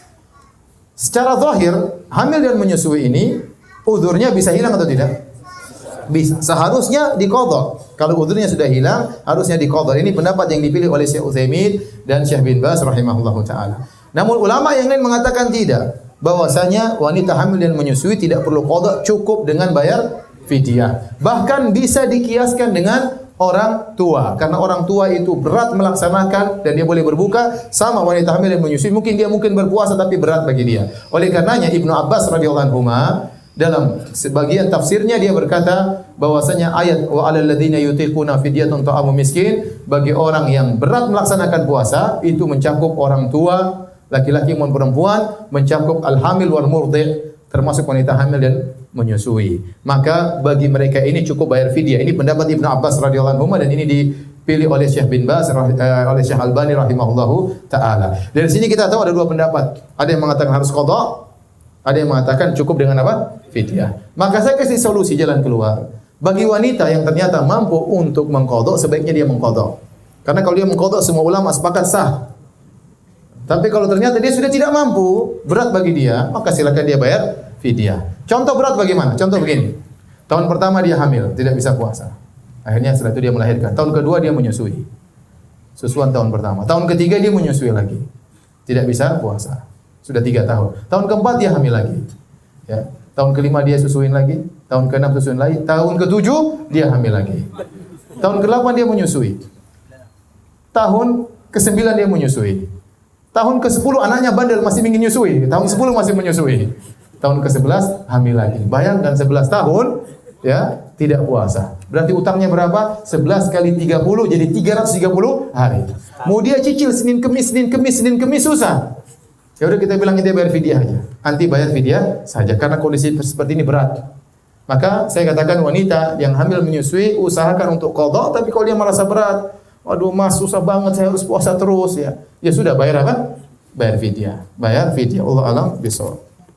Secara zahir, hamil dan menyusui ini udzurnya bisa hilang atau tidak? Bisa. Seharusnya diqadha. Kalau udzurnya sudah hilang, harusnya diqadha. Ini pendapat yang dipilih oleh Syekh Utsaimin dan Syekh bin Baz rahimahullahu taala. Namun ulama yang lain mengatakan tidak. Bahwasanya wanita hamil dan menyusui tidak perlu qadha, cukup dengan bayar fidyah. Bahkan bisa dikiaskan dengan orang tua. Karena orang tua itu berat melaksanakan dan dia boleh berbuka, sama wanita hamil dan menyusui. Mungkin dia berpuasa tapi berat bagi dia. Oleh karenanya Ibnu Abbas radhiyallahu anhuma dalam sebagian tafsirnya dia berkata bahwasanya ayat wa 'alal ladzina yutiquna fidyatun ta'amu miskin, bagi orang yang berat melaksanakan puasa itu mencakup orang tua, laki-laki maupun perempuan, mencakup al-hamil wal murdhi', termasuk wanita hamil dan menyusui. Maka bagi mereka ini cukup bayar fidyah. Ini pendapat Ibnu Abbas radhiyallahu anhu dan ini dipilih oleh Syekh bin Baz oleh Syekh Albani rahimahullahu taala. Dari sini kita tahu ada dua pendapat. Ada yang mengatakan harus qadha, ada yang mengatakan cukup dengan apa? Fidyah. Maka saya kasih solusi jalan keluar. Bagi wanita yang ternyata mampu untuk mengqadha, sebaiknya dia mengqadha. Karena kalau dia mengqadha, semua ulama sepakat sah. Tapi kalau ternyata dia sudah tidak mampu, berat bagi dia, maka silakan dia bayar fidyah. Contoh berat bagaimana? Contoh begini. Tahun pertama dia hamil, tidak bisa puasa. Akhirnya setelah itu dia melahirkan. Tahun kedua dia menyusui. Susuan tahun pertama. Tahun ketiga dia menyusui lagi. Tidak bisa puasa. Sudah 3 tahun. Tahun keempat dia hamil lagi. Ya. Tahun kelima dia susuin lagi. Tahun keenam susuin lagi. Tahun ketujuh dia hamil lagi. Tahun ke-8 dia menyusui. Tahun ke-9 dia menyusui. Tahun ke-10 anaknya bandel masih ingin menyusui. Tahun 10 masih menyusui. Tahun ke-11 hamil lagi. Bayangkan 11 tahun ya tidak puasa. Berarti utangnya berapa? 11 kali 30 jadi 330 hari. Mau dia cicil Senin Kemis susah. Ya udah kita bilang dia bayar fidyah aja. Anti bayar fidyah saja karena kondisi seperti ini berat. Maka saya katakan wanita yang hamil menyusui usahakan untuk qadha, tapi kalau dia merasa berat, waduh mas susah banget saya harus puasa terus ya. Ya sudah bayar apa? Bayar fidyah. Bayar fidyah. Allah alam bisawab.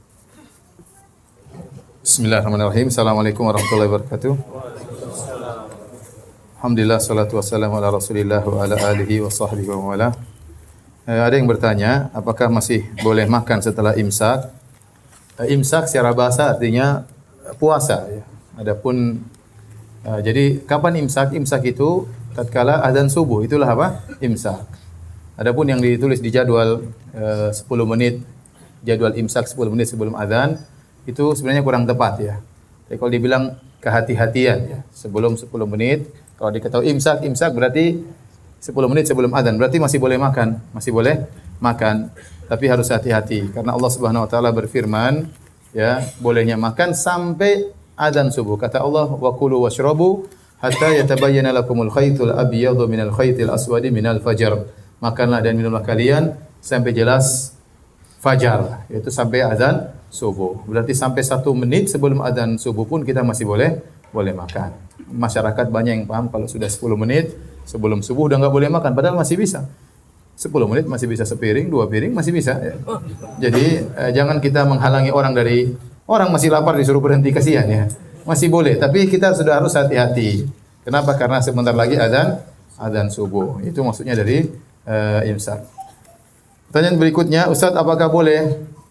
Bismillahirrahmanirrahim. Assalamualaikum warahmatullahi wabarakatuh. Alhamdulillah salatu wassalamu ala Rasulillah wa ala alihi wa sahbihi wa wala. Ada yang bertanya, apakah masih boleh makan setelah imsak? Imsak secara bahasa artinya puasa ya. Adapun jadi kapan imsak? Imsak itu tatkala azan subuh, itulah apa? Imsak. Adapun yang ditulis di jadwal 10 menit, jadwal imsak 10 menit sebelum azan, itu sebenarnya kurang tepat ya. Jadi kalau dibilang kehati-hatian ya, sebelum 10 menit, kalau diketahui imsak berarti 10 menit sebelum adzan, berarti masih boleh makan, tapi harus hati-hati karena Allah Subhanahu wa taala berfirman, ya, bolehnya makan sampai adzan subuh. Kata Allah, wa kulu washrabu hatta yatabayyana lakumul khaytul abyadu minal khaytil aswadi minal fajr. Makanlah dan minumlah kalian sampai jelas fajar, yaitu sampai adzan subuh. Berarti sampai 1 menit sebelum adzan subuh pun kita masih boleh makan. Masyarakat banyak yang paham kalau sudah 10 menit sebelum subuh udah enggak boleh makan, padahal masih bisa. 10 menit masih bisa sepiring, 2 piring masih bisa ya. Jadi jangan kita menghalangi orang masih lapar disuruh berhenti, kasihan ya. Masih boleh, tapi kita sudah harus hati-hati. Kenapa? Karena sebentar lagi adzan subuh. Itu maksudnya dari imsak. Pertanyaan berikutnya, Ustaz, apakah boleh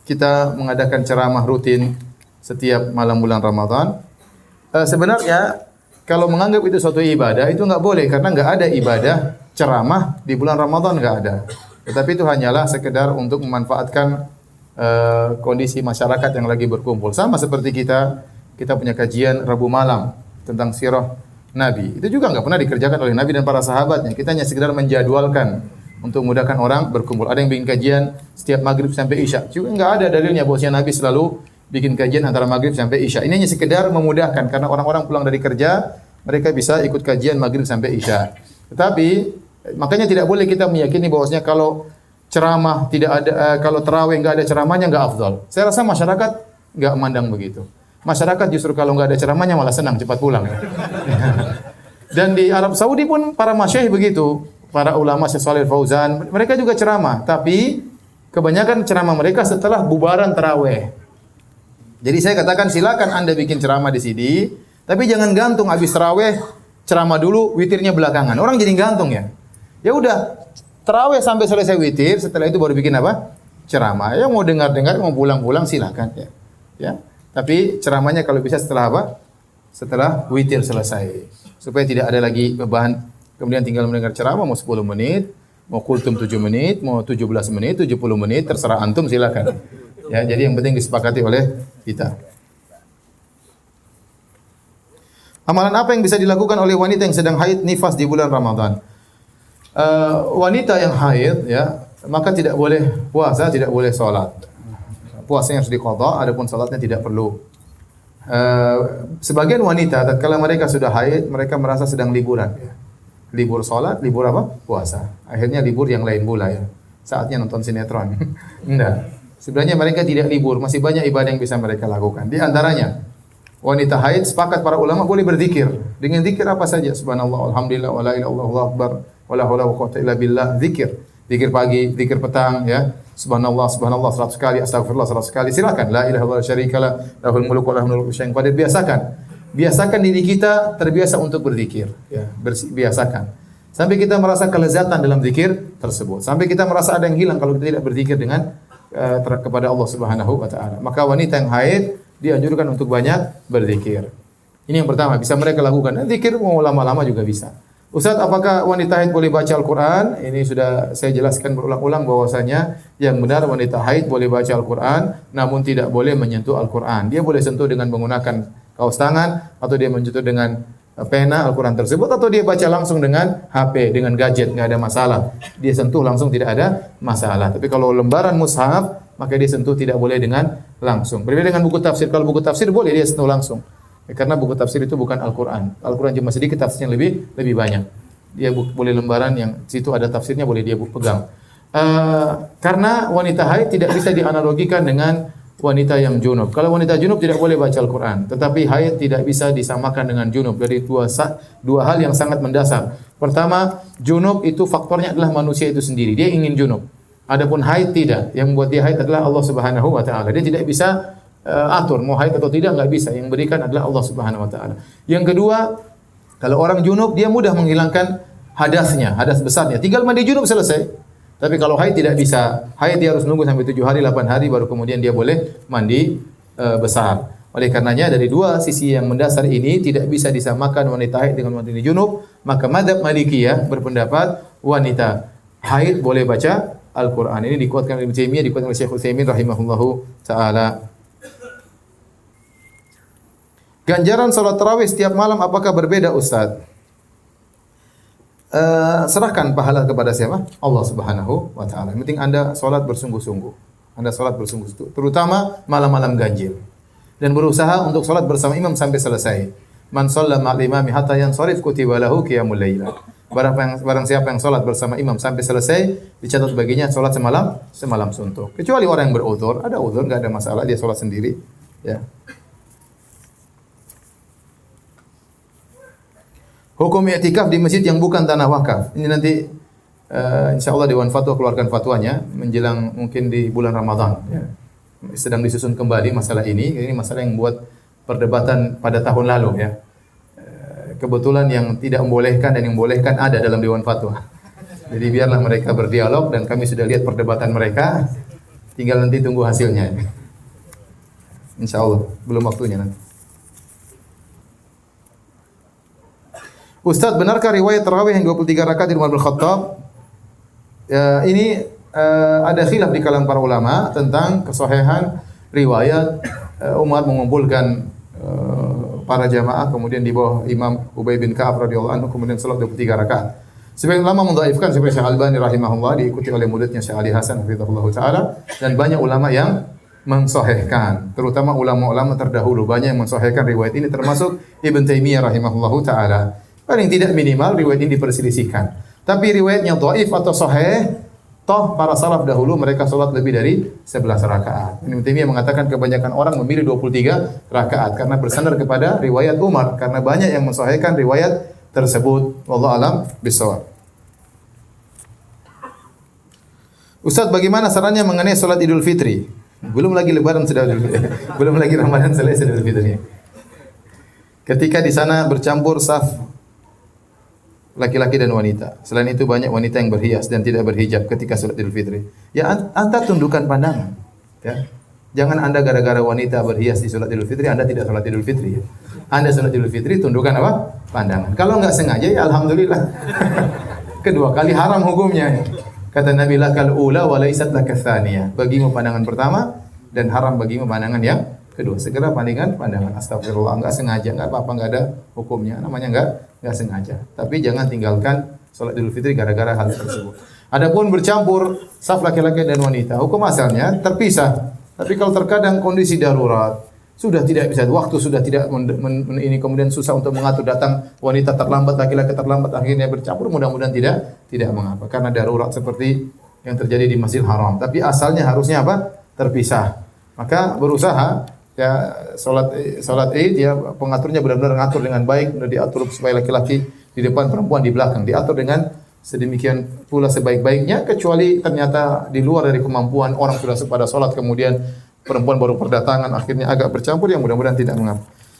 kita mengadakan ceramah rutin setiap malam bulan Ramadan. Sebenarnya kalau menganggap itu suatu ibadah itu nggak boleh karena nggak ada ibadah ceramah di bulan Ramadan, nggak ada. Tetapi itu hanyalah sekedar untuk memanfaatkan kondisi masyarakat yang lagi berkumpul. Sama seperti kita punya kajian Rabu malam tentang sirah Nabi. Itu juga nggak pernah dikerjakan oleh Nabi dan para sahabatnya. Kita hanya sekedar menjadwalkan untuk memudahkan orang berkumpul. Ada yang bikin kajian setiap maghrib sampai isya. Juga nggak ada dalilnya bahwasanya Nabi selalu bikin kajian antara maghrib sampai isya. Ini hanya sekedar memudahkan karena orang-orang pulang dari kerja, mereka bisa ikut kajian maghrib sampai isya. Tetapi makanya tidak boleh kita meyakini bahwasanya kalau ceramah tidak ada, kalau tarawih nggak ada ceramahnya nggak afdal. Saya rasa masyarakat nggak memandang begitu. Masyarakat justru kalau nggak ada ceramahnya malah senang cepat pulang. Dan di Arab Saudi pun para masyayikh begitu, para ulama Syekh Shalih Fauzan, mereka juga ceramah, tapi kebanyakan ceramah mereka setelah bubaran tarawih. Jadi saya katakan silakan Anda bikin ceramah di sini, tapi jangan gantung habis tarawih ceramah dulu, witirnya belakangan. Orang jadi gantung ya. Ya udah, tarawih sampai selesai witir, setelah itu baru bikin apa? Ceramah. Ya mau dengar-dengar, mau pulang-pulang silakan ya. Ya. Tapi ceramahnya kalau bisa setelah apa? Setelah witir selesai. Supaya tidak ada lagi beban. Kemudian tinggal mendengar ceramah mau 10 menit, mau kultum 7 menit, mau 17 menit, 70 menit, terserah antum silakan. Ya, jadi yang penting disepakati oleh kita. Amalan apa yang bisa dilakukan oleh wanita yang sedang haid nifas di bulan Ramadan? Wanita yang haid ya, maka tidak boleh puasa, tidak boleh sholat. Puasanya harus diqadha, adapun salatnya tidak perlu. Sebagian wanita tatkala mereka sudah haid, mereka merasa sedang liburan ya. Libur salat, libur apa? Puasa. Akhirnya libur yang lain pula ya. Saatnya nonton sinetron. Enggak. Sebenarnya mereka tidak libur, masih banyak ibadah yang bisa mereka lakukan. Di antaranya wanita haid sepakat para ulama boleh berzikir. Dengan zikir apa saja? Subhanallah, alhamdulillah, wala ilaha illallah, Allahu akbar, wala haula wala quwwata illa billah. Zikir. Zikir pagi, zikir petang ya. Subhanallah, subhanallah 100 kali, astagfirullah 100 kali. Silakan. La ilaha illallah syarikalah, lahul mulku wa lahul mulku syai'in qadir. Biasakan. Biasakan diri kita terbiasa untuk berzikir, ya. Biasakan. Sampai kita merasa kelezatan dalam zikir tersebut. Sampai kita merasa ada yang hilang kalau kita tidak berzikir dengan kepada Allah Subhanahu wa taala. Maka wanita yang haid dianjurkan untuk banyak berzikir. Ini yang pertama, bisa mereka lakukan. Dan zikir mau lama-lama juga bisa. Ustaz, apakah wanita haid boleh baca Al-Quran? Ini sudah saya jelaskan berulang-ulang bahwasanya yang benar wanita haid boleh baca Al-Quran, namun tidak boleh menyentuh Al-Quran. Dia boleh sentuh dengan menggunakan kaos tangan, atau dia menyentuh dengan pena Al-Quran tersebut, atau dia baca langsung dengan HP, dengan gadget, nggak ada masalah. Dia sentuh langsung tidak ada masalah. Tapi kalau lembaran mushaf, maka dia sentuh tidak boleh dengan langsung. Berbeda dengan buku tafsir. Kalau buku tafsir boleh dia sentuh langsung. Karena buku tafsir itu bukan Al-Quran. Al-Quran cuma sedikit, tafsirnya lebih banyak. Dia boleh lembaran yang situ ada tafsirnya, boleh dia pegang. Karena wanita haid tidak bisa dianalogikan dengan wanita yang junub. Kalau wanita junub tidak boleh baca Al-Quran. Tetapi haid tidak bisa disamakan dengan junub. Dari dua hal yang sangat mendasar. Pertama, junub itu faktornya adalah manusia itu sendiri. Dia ingin junub. Adapun haid tidak. Yang membuat dia haid adalah Allah Subhanahu wa taala. Dia tidak bisa atur mau haid atau tidak, enggak bisa. Yang berikan adalah Allah Subhanahu wa taala. Yang kedua, kalau orang junub dia mudah menghilangkan hadasnya, hadas besarnya. Tinggal mandi junub selesai. Tapi kalau haid tidak bisa. Haid dia harus nunggu sampai 7 hari, 8 hari baru kemudian dia boleh mandi besar. Oleh karenanya dari dua sisi yang mendasar ini tidak bisa disamakan wanita haid dengan wanita junub, maka mazhab Malikiyah berpendapat wanita haid boleh baca Al-Quran. Ini dikuatkan oleh Ibnu Taimiyah, dikuatkan oleh Syekh Utsaimin rahimahullahu taala. Ganjaran salat tarawih setiap malam apakah berbeda, Ustaz? Serahkan pahala kepada siapa? Allah Subhanahu wa taala. Yang penting Anda salat bersungguh-sungguh. Anda salat bersungguh-sungguh, terutama malam-malam ganjil. Dan berusaha untuk salat bersama imam sampai selesai. Man shalla ma'al imami hatta yansharif kutiba lahu qiyamul lail. Barang siapa yang salat bersama imam sampai selesai, dicatat baginya salat semalam suntuk. Kecuali orang yang beruzur, ada uzur enggak ada masalah, dia salat sendiri, ya. Hukum i'tikaf di masjid yang bukan tanah wakaf. Ini nanti insyaallah Dewan Fatwa keluarkan fatwanya menjelang mungkin di bulan Ramadan, ya. Sedang disusun kembali masalah ini. Ini masalah yang buat perdebatan pada tahun lalu, ya. Kebetulan yang tidak membolehkan dan yang membolehkan ada dalam Dewan Fatwa. Jadi biarlah mereka berdialog dan kami sudah lihat perdebatan mereka. Tinggal nanti tunggu hasilnya. Insya Allah, belum waktunya nanti. Ustadz, benarkah riwayat tarawih yang 23 rakaat di Umar bin Khattab? Ya, ini ada khilaf di kalangan para ulama tentang kesahihan riwayat Umar mengumpulkan para jamaah kemudian di bawah Imam Ubay bin Ka'ab radhiyallahu anhu kemudian salat 23 rakaat. Sebagian ulama mendhaifkan seperti Syekh Albani rahimahullah diikuti oleh muridnya Syekh Ali Hasan hafizahullah taala dan banyak ulama yang mensahihkan, terutama ulama-ulama terdahulu banyak yang mensahihkan riwayat ini termasuk Ibn Taimiyah rahimahullahu taala. Paling tidak minimal riwayat ini diperselisihkan. Tapi riwayatnya dhaif atau sahih, toh para salaf dahulu mereka salat lebih dari 11 rakaat. Ibnu Taimiyah mengatakan kebanyakan orang memilih 23 rakaat karena bersandar kepada riwayat Umar karena banyak yang mensahihkan riwayat tersebut. Wallahu alam bissawab. Ustaz, bagaimana sarannya mengenai salat Idul Fitri? Belum lagi lebaran sudah Idul Fitri. Belum lagi Ramadan selesai Idul Fitri. Ketika di sana bercampur saf laki-laki dan wanita. Selain itu banyak wanita yang berhias dan tidak berhijab ketika salat Idul Fitri. Ya Anda tundukkan pandangan. Ya. Jangan Anda gara-gara wanita berhias di salat Idul Fitri Anda tidak salat Idul Fitri. Ya. Anda salat Idul Fitri tundukkan apa? Pandangan. Kalau enggak sengaja ya alhamdulillah. Kedua kali haram hukumnya. Kata Nabi lakal ula wa laysat lakatsaniyah. Bagimu pandangan pertama dan haram bagimu pandangan yang kedua. Segera pandangan astagfirullah, enggak sengaja, enggak apa-apa, enggak ada hukumnya. Namanya enggak sengaja. Tapi jangan tinggalkan salat Idul Fitri gara-gara hal tersebut. Adapun bercampur saf laki-laki dan wanita, hukum asalnya terpisah. Tapi kalau terkadang kondisi darurat, sudah tidak bisa, waktu sudah tidak ini kemudian susah untuk mengatur, datang wanita terlambat, laki-laki terlambat, akhirnya bercampur, mudah-mudahan tidak mengapa karena darurat seperti yang terjadi di Masjidil Haram. Tapi asalnya harusnya apa? Terpisah. Maka berusaha ya salat Id ya pengaturnya benar-benar ngatur dengan baik, sudah diatur supaya laki-laki di depan, perempuan di belakang, diatur dengan sedemikian pula sebaik-baiknya, kecuali ternyata di luar dari kemampuan orang sudah pada salat kemudian perempuan baru berdatangan akhirnya agak bercampur, yang mudah-mudahan tidak mengapa.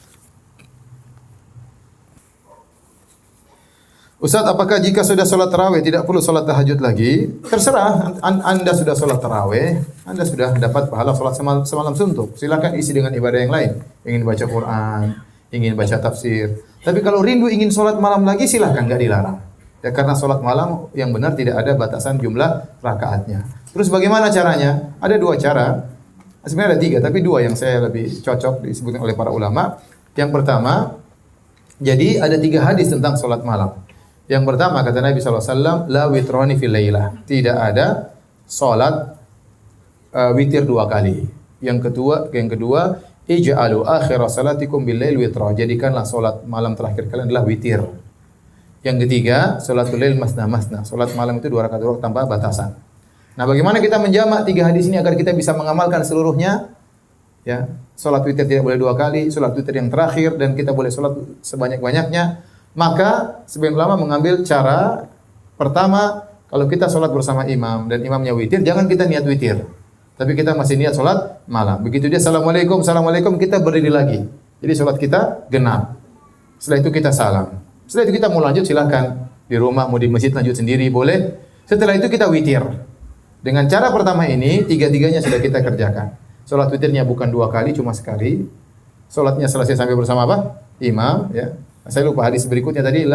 Ustaz, apakah jika sudah salat tarawih tidak perlu salat tahajud lagi? Terserah, Anda sudah salat tarawih, Anda sudah dapat pahala salat semalam suntuk. Silakan isi dengan ibadah yang lain. Ingin baca Quran, ingin baca tafsir. Tapi kalau rindu ingin salat malam lagi silakan, enggak dilarang. Ya karena salat malam yang benar tidak ada batasan jumlah rakaatnya. Terus bagaimana caranya? Ada dua cara. Sebenarnya ada tiga, tapi dua yang saya lebih cocok disebutkan oleh para ulama. Yang pertama, jadi ada tiga hadis tentang salat malam. Yang pertama kata Nabi SAW, la witrani fil lailah. Tidak ada salat witir dua kali. Yang kedua, ij'alu akhir salatikum bil lail witra. Jadikanlah salat malam terakhir kalian adalah witir. Yang ketiga, salatul lail masna. Salat malam itu 2 rakaat tanpa batasan. Nah, bagaimana kita menjamak tiga hadis ini agar kita bisa mengamalkan seluruhnya? Ya, salat witir tidak boleh 2 kali, salat witir yang terakhir dan kita boleh salat sebanyak-banyaknya. Maka sebagian ulama mengambil cara pertama, kalau kita salat bersama imam dan imamnya witir, jangan kita niat witir. Tapi kita masih niat salat malam. Begitu dia assalamualaikum, kita berdiri lagi. Jadi salat kita genap. Setelah itu kita salam. Setelah itu kita mau lanjut silakan. Di rumah mau di masjid lanjut sendiri boleh. Setelah itu kita witir. Dengan cara pertama ini, tiga-tiganya sudah kita kerjakan. Salat witirnya bukan 2 kali, cuma sekali. Salatnya selesai sampai bersama apa? Imam, ya. Saya lupa hadis berikutnya tadi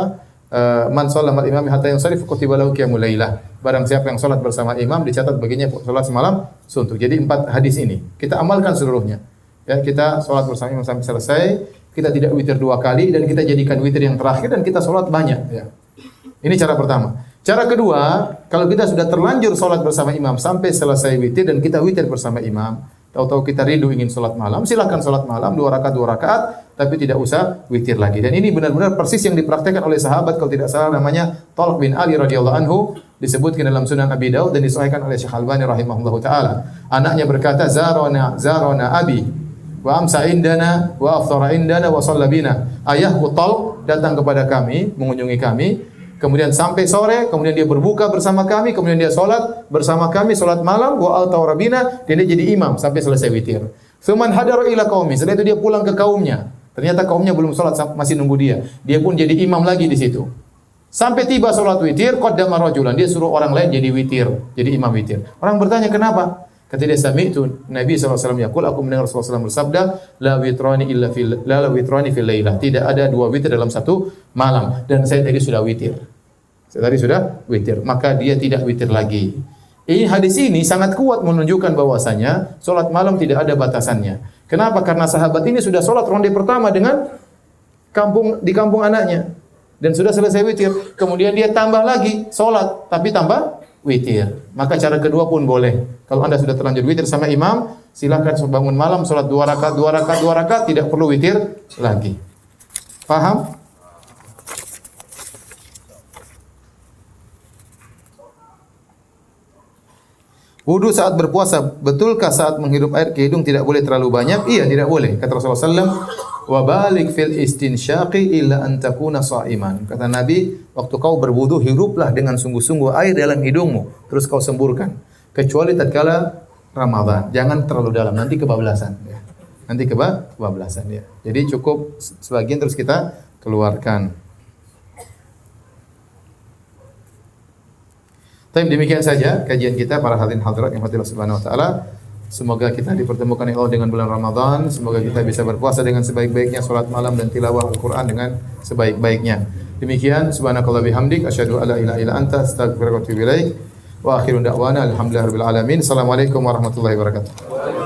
man shalla mal imami hatta yansarif kutiba lahu qiyamul lailah. Barang siapa yang salat bersama imam dicatat baginya salat semalam suntuk. Jadi 4 hadis ini kita amalkan seluruhnya. Ya, kita salat bersama imam sampai selesai, kita tidak witir 2 kali dan kita jadikan witir yang terakhir dan kita salat banyak, ya. Ini cara pertama. Cara kedua, kalau kita sudah terlanjur salat bersama imam sampai selesai witir dan kita witir bersama imam, tahu-tahu kita rindu ingin salat malam, silakan salat malam 2 rakaat, tapi tidak usah witir lagi. Dan ini benar-benar persis yang dipraktikkan oleh sahabat, kalau tidak salah namanya Thalq bin Ali radhiyallahu anhu, disebutkan dalam Sunan Abi Daud dan disahihkan oleh Syekh Albani rahimahullahu taala. Anaknya berkata, zarona abi wa amsa indana wa aftara indana wa shalla bina. Ayahku Thalq datang kepada kami, mengunjungi kami, kemudian sampai sore, kemudian dia berbuka bersama kami, kemudian dia salat bersama kami, salat malam, wa al-tawra bina, dan dia jadi imam sampai selesai witir. Thuman hadara ila qaumi, setelah itu dia pulang ke kaumnya. Ternyata kaumnya belum salat, masih nunggu dia. Dia pun jadi imam lagi di situ. Sampai tiba salat witir, qaddama rajulan, dia suruh orang lain jadi witir, jadi imam witir. Orang bertanya, "Kenapa?" Kata dia, sami'tu Nabi SAW yaqul, aku mendengar Rasulullah SAW bersabda, la witrani fil lailah. Tidak ada dua witir dalam satu malam. Dan saya tadi sudah witir. Maka dia tidak witir lagi. Hadis ini sangat kuat menunjukkan bahwasanya salat malam tidak ada batasannya. Kenapa? Karena sahabat ini sudah salat ronde pertama dengan di kampung anaknya dan sudah selesai witir. Kemudian dia tambah lagi salat, tapi tambah witir. Maka cara kedua pun boleh. Kalau Anda sudah terlanjur witir sama imam, silakan bangun malam salat 2 rakaat, tidak perlu witir lagi. Paham? Wudu saat berpuasa, betulkah saat menghirup air ke hidung tidak boleh terlalu banyak? Iya, tidak boleh. Kata Rasulullah SAW, wa balik fil istinsyaqi illa an takuna sha'iman. Kata Nabi, waktu kau berwudu hiruplah dengan sungguh-sungguh air dalam hidungmu, terus kau semburkan. Kecuali tatkala Ramadan, jangan terlalu dalam, nanti kebablasan. Ya. Nanti kebablasan. Ya. Jadi cukup sebagian terus kita keluarkan. Tapi demikian saja kajian kita para hadirin hadirat yang Allah Subhanahu wa taala. Semoga kita dipertemukan oleh Allah dengan bulan Ramadan. Semoga kita bisa berpuasa dengan sebaik-baiknya, salat malam dan tilawah Al-Qur'an dengan sebaik-baiknya. Demikian subhanakallah bihamdik asyhadu alla ilaha illa anta astaghfiruka wa atubu ilaik. Wa akhiru da'wana alhamdulillahirabbil alamin. Assalamualaikum warahmatullahi wabarakatuh.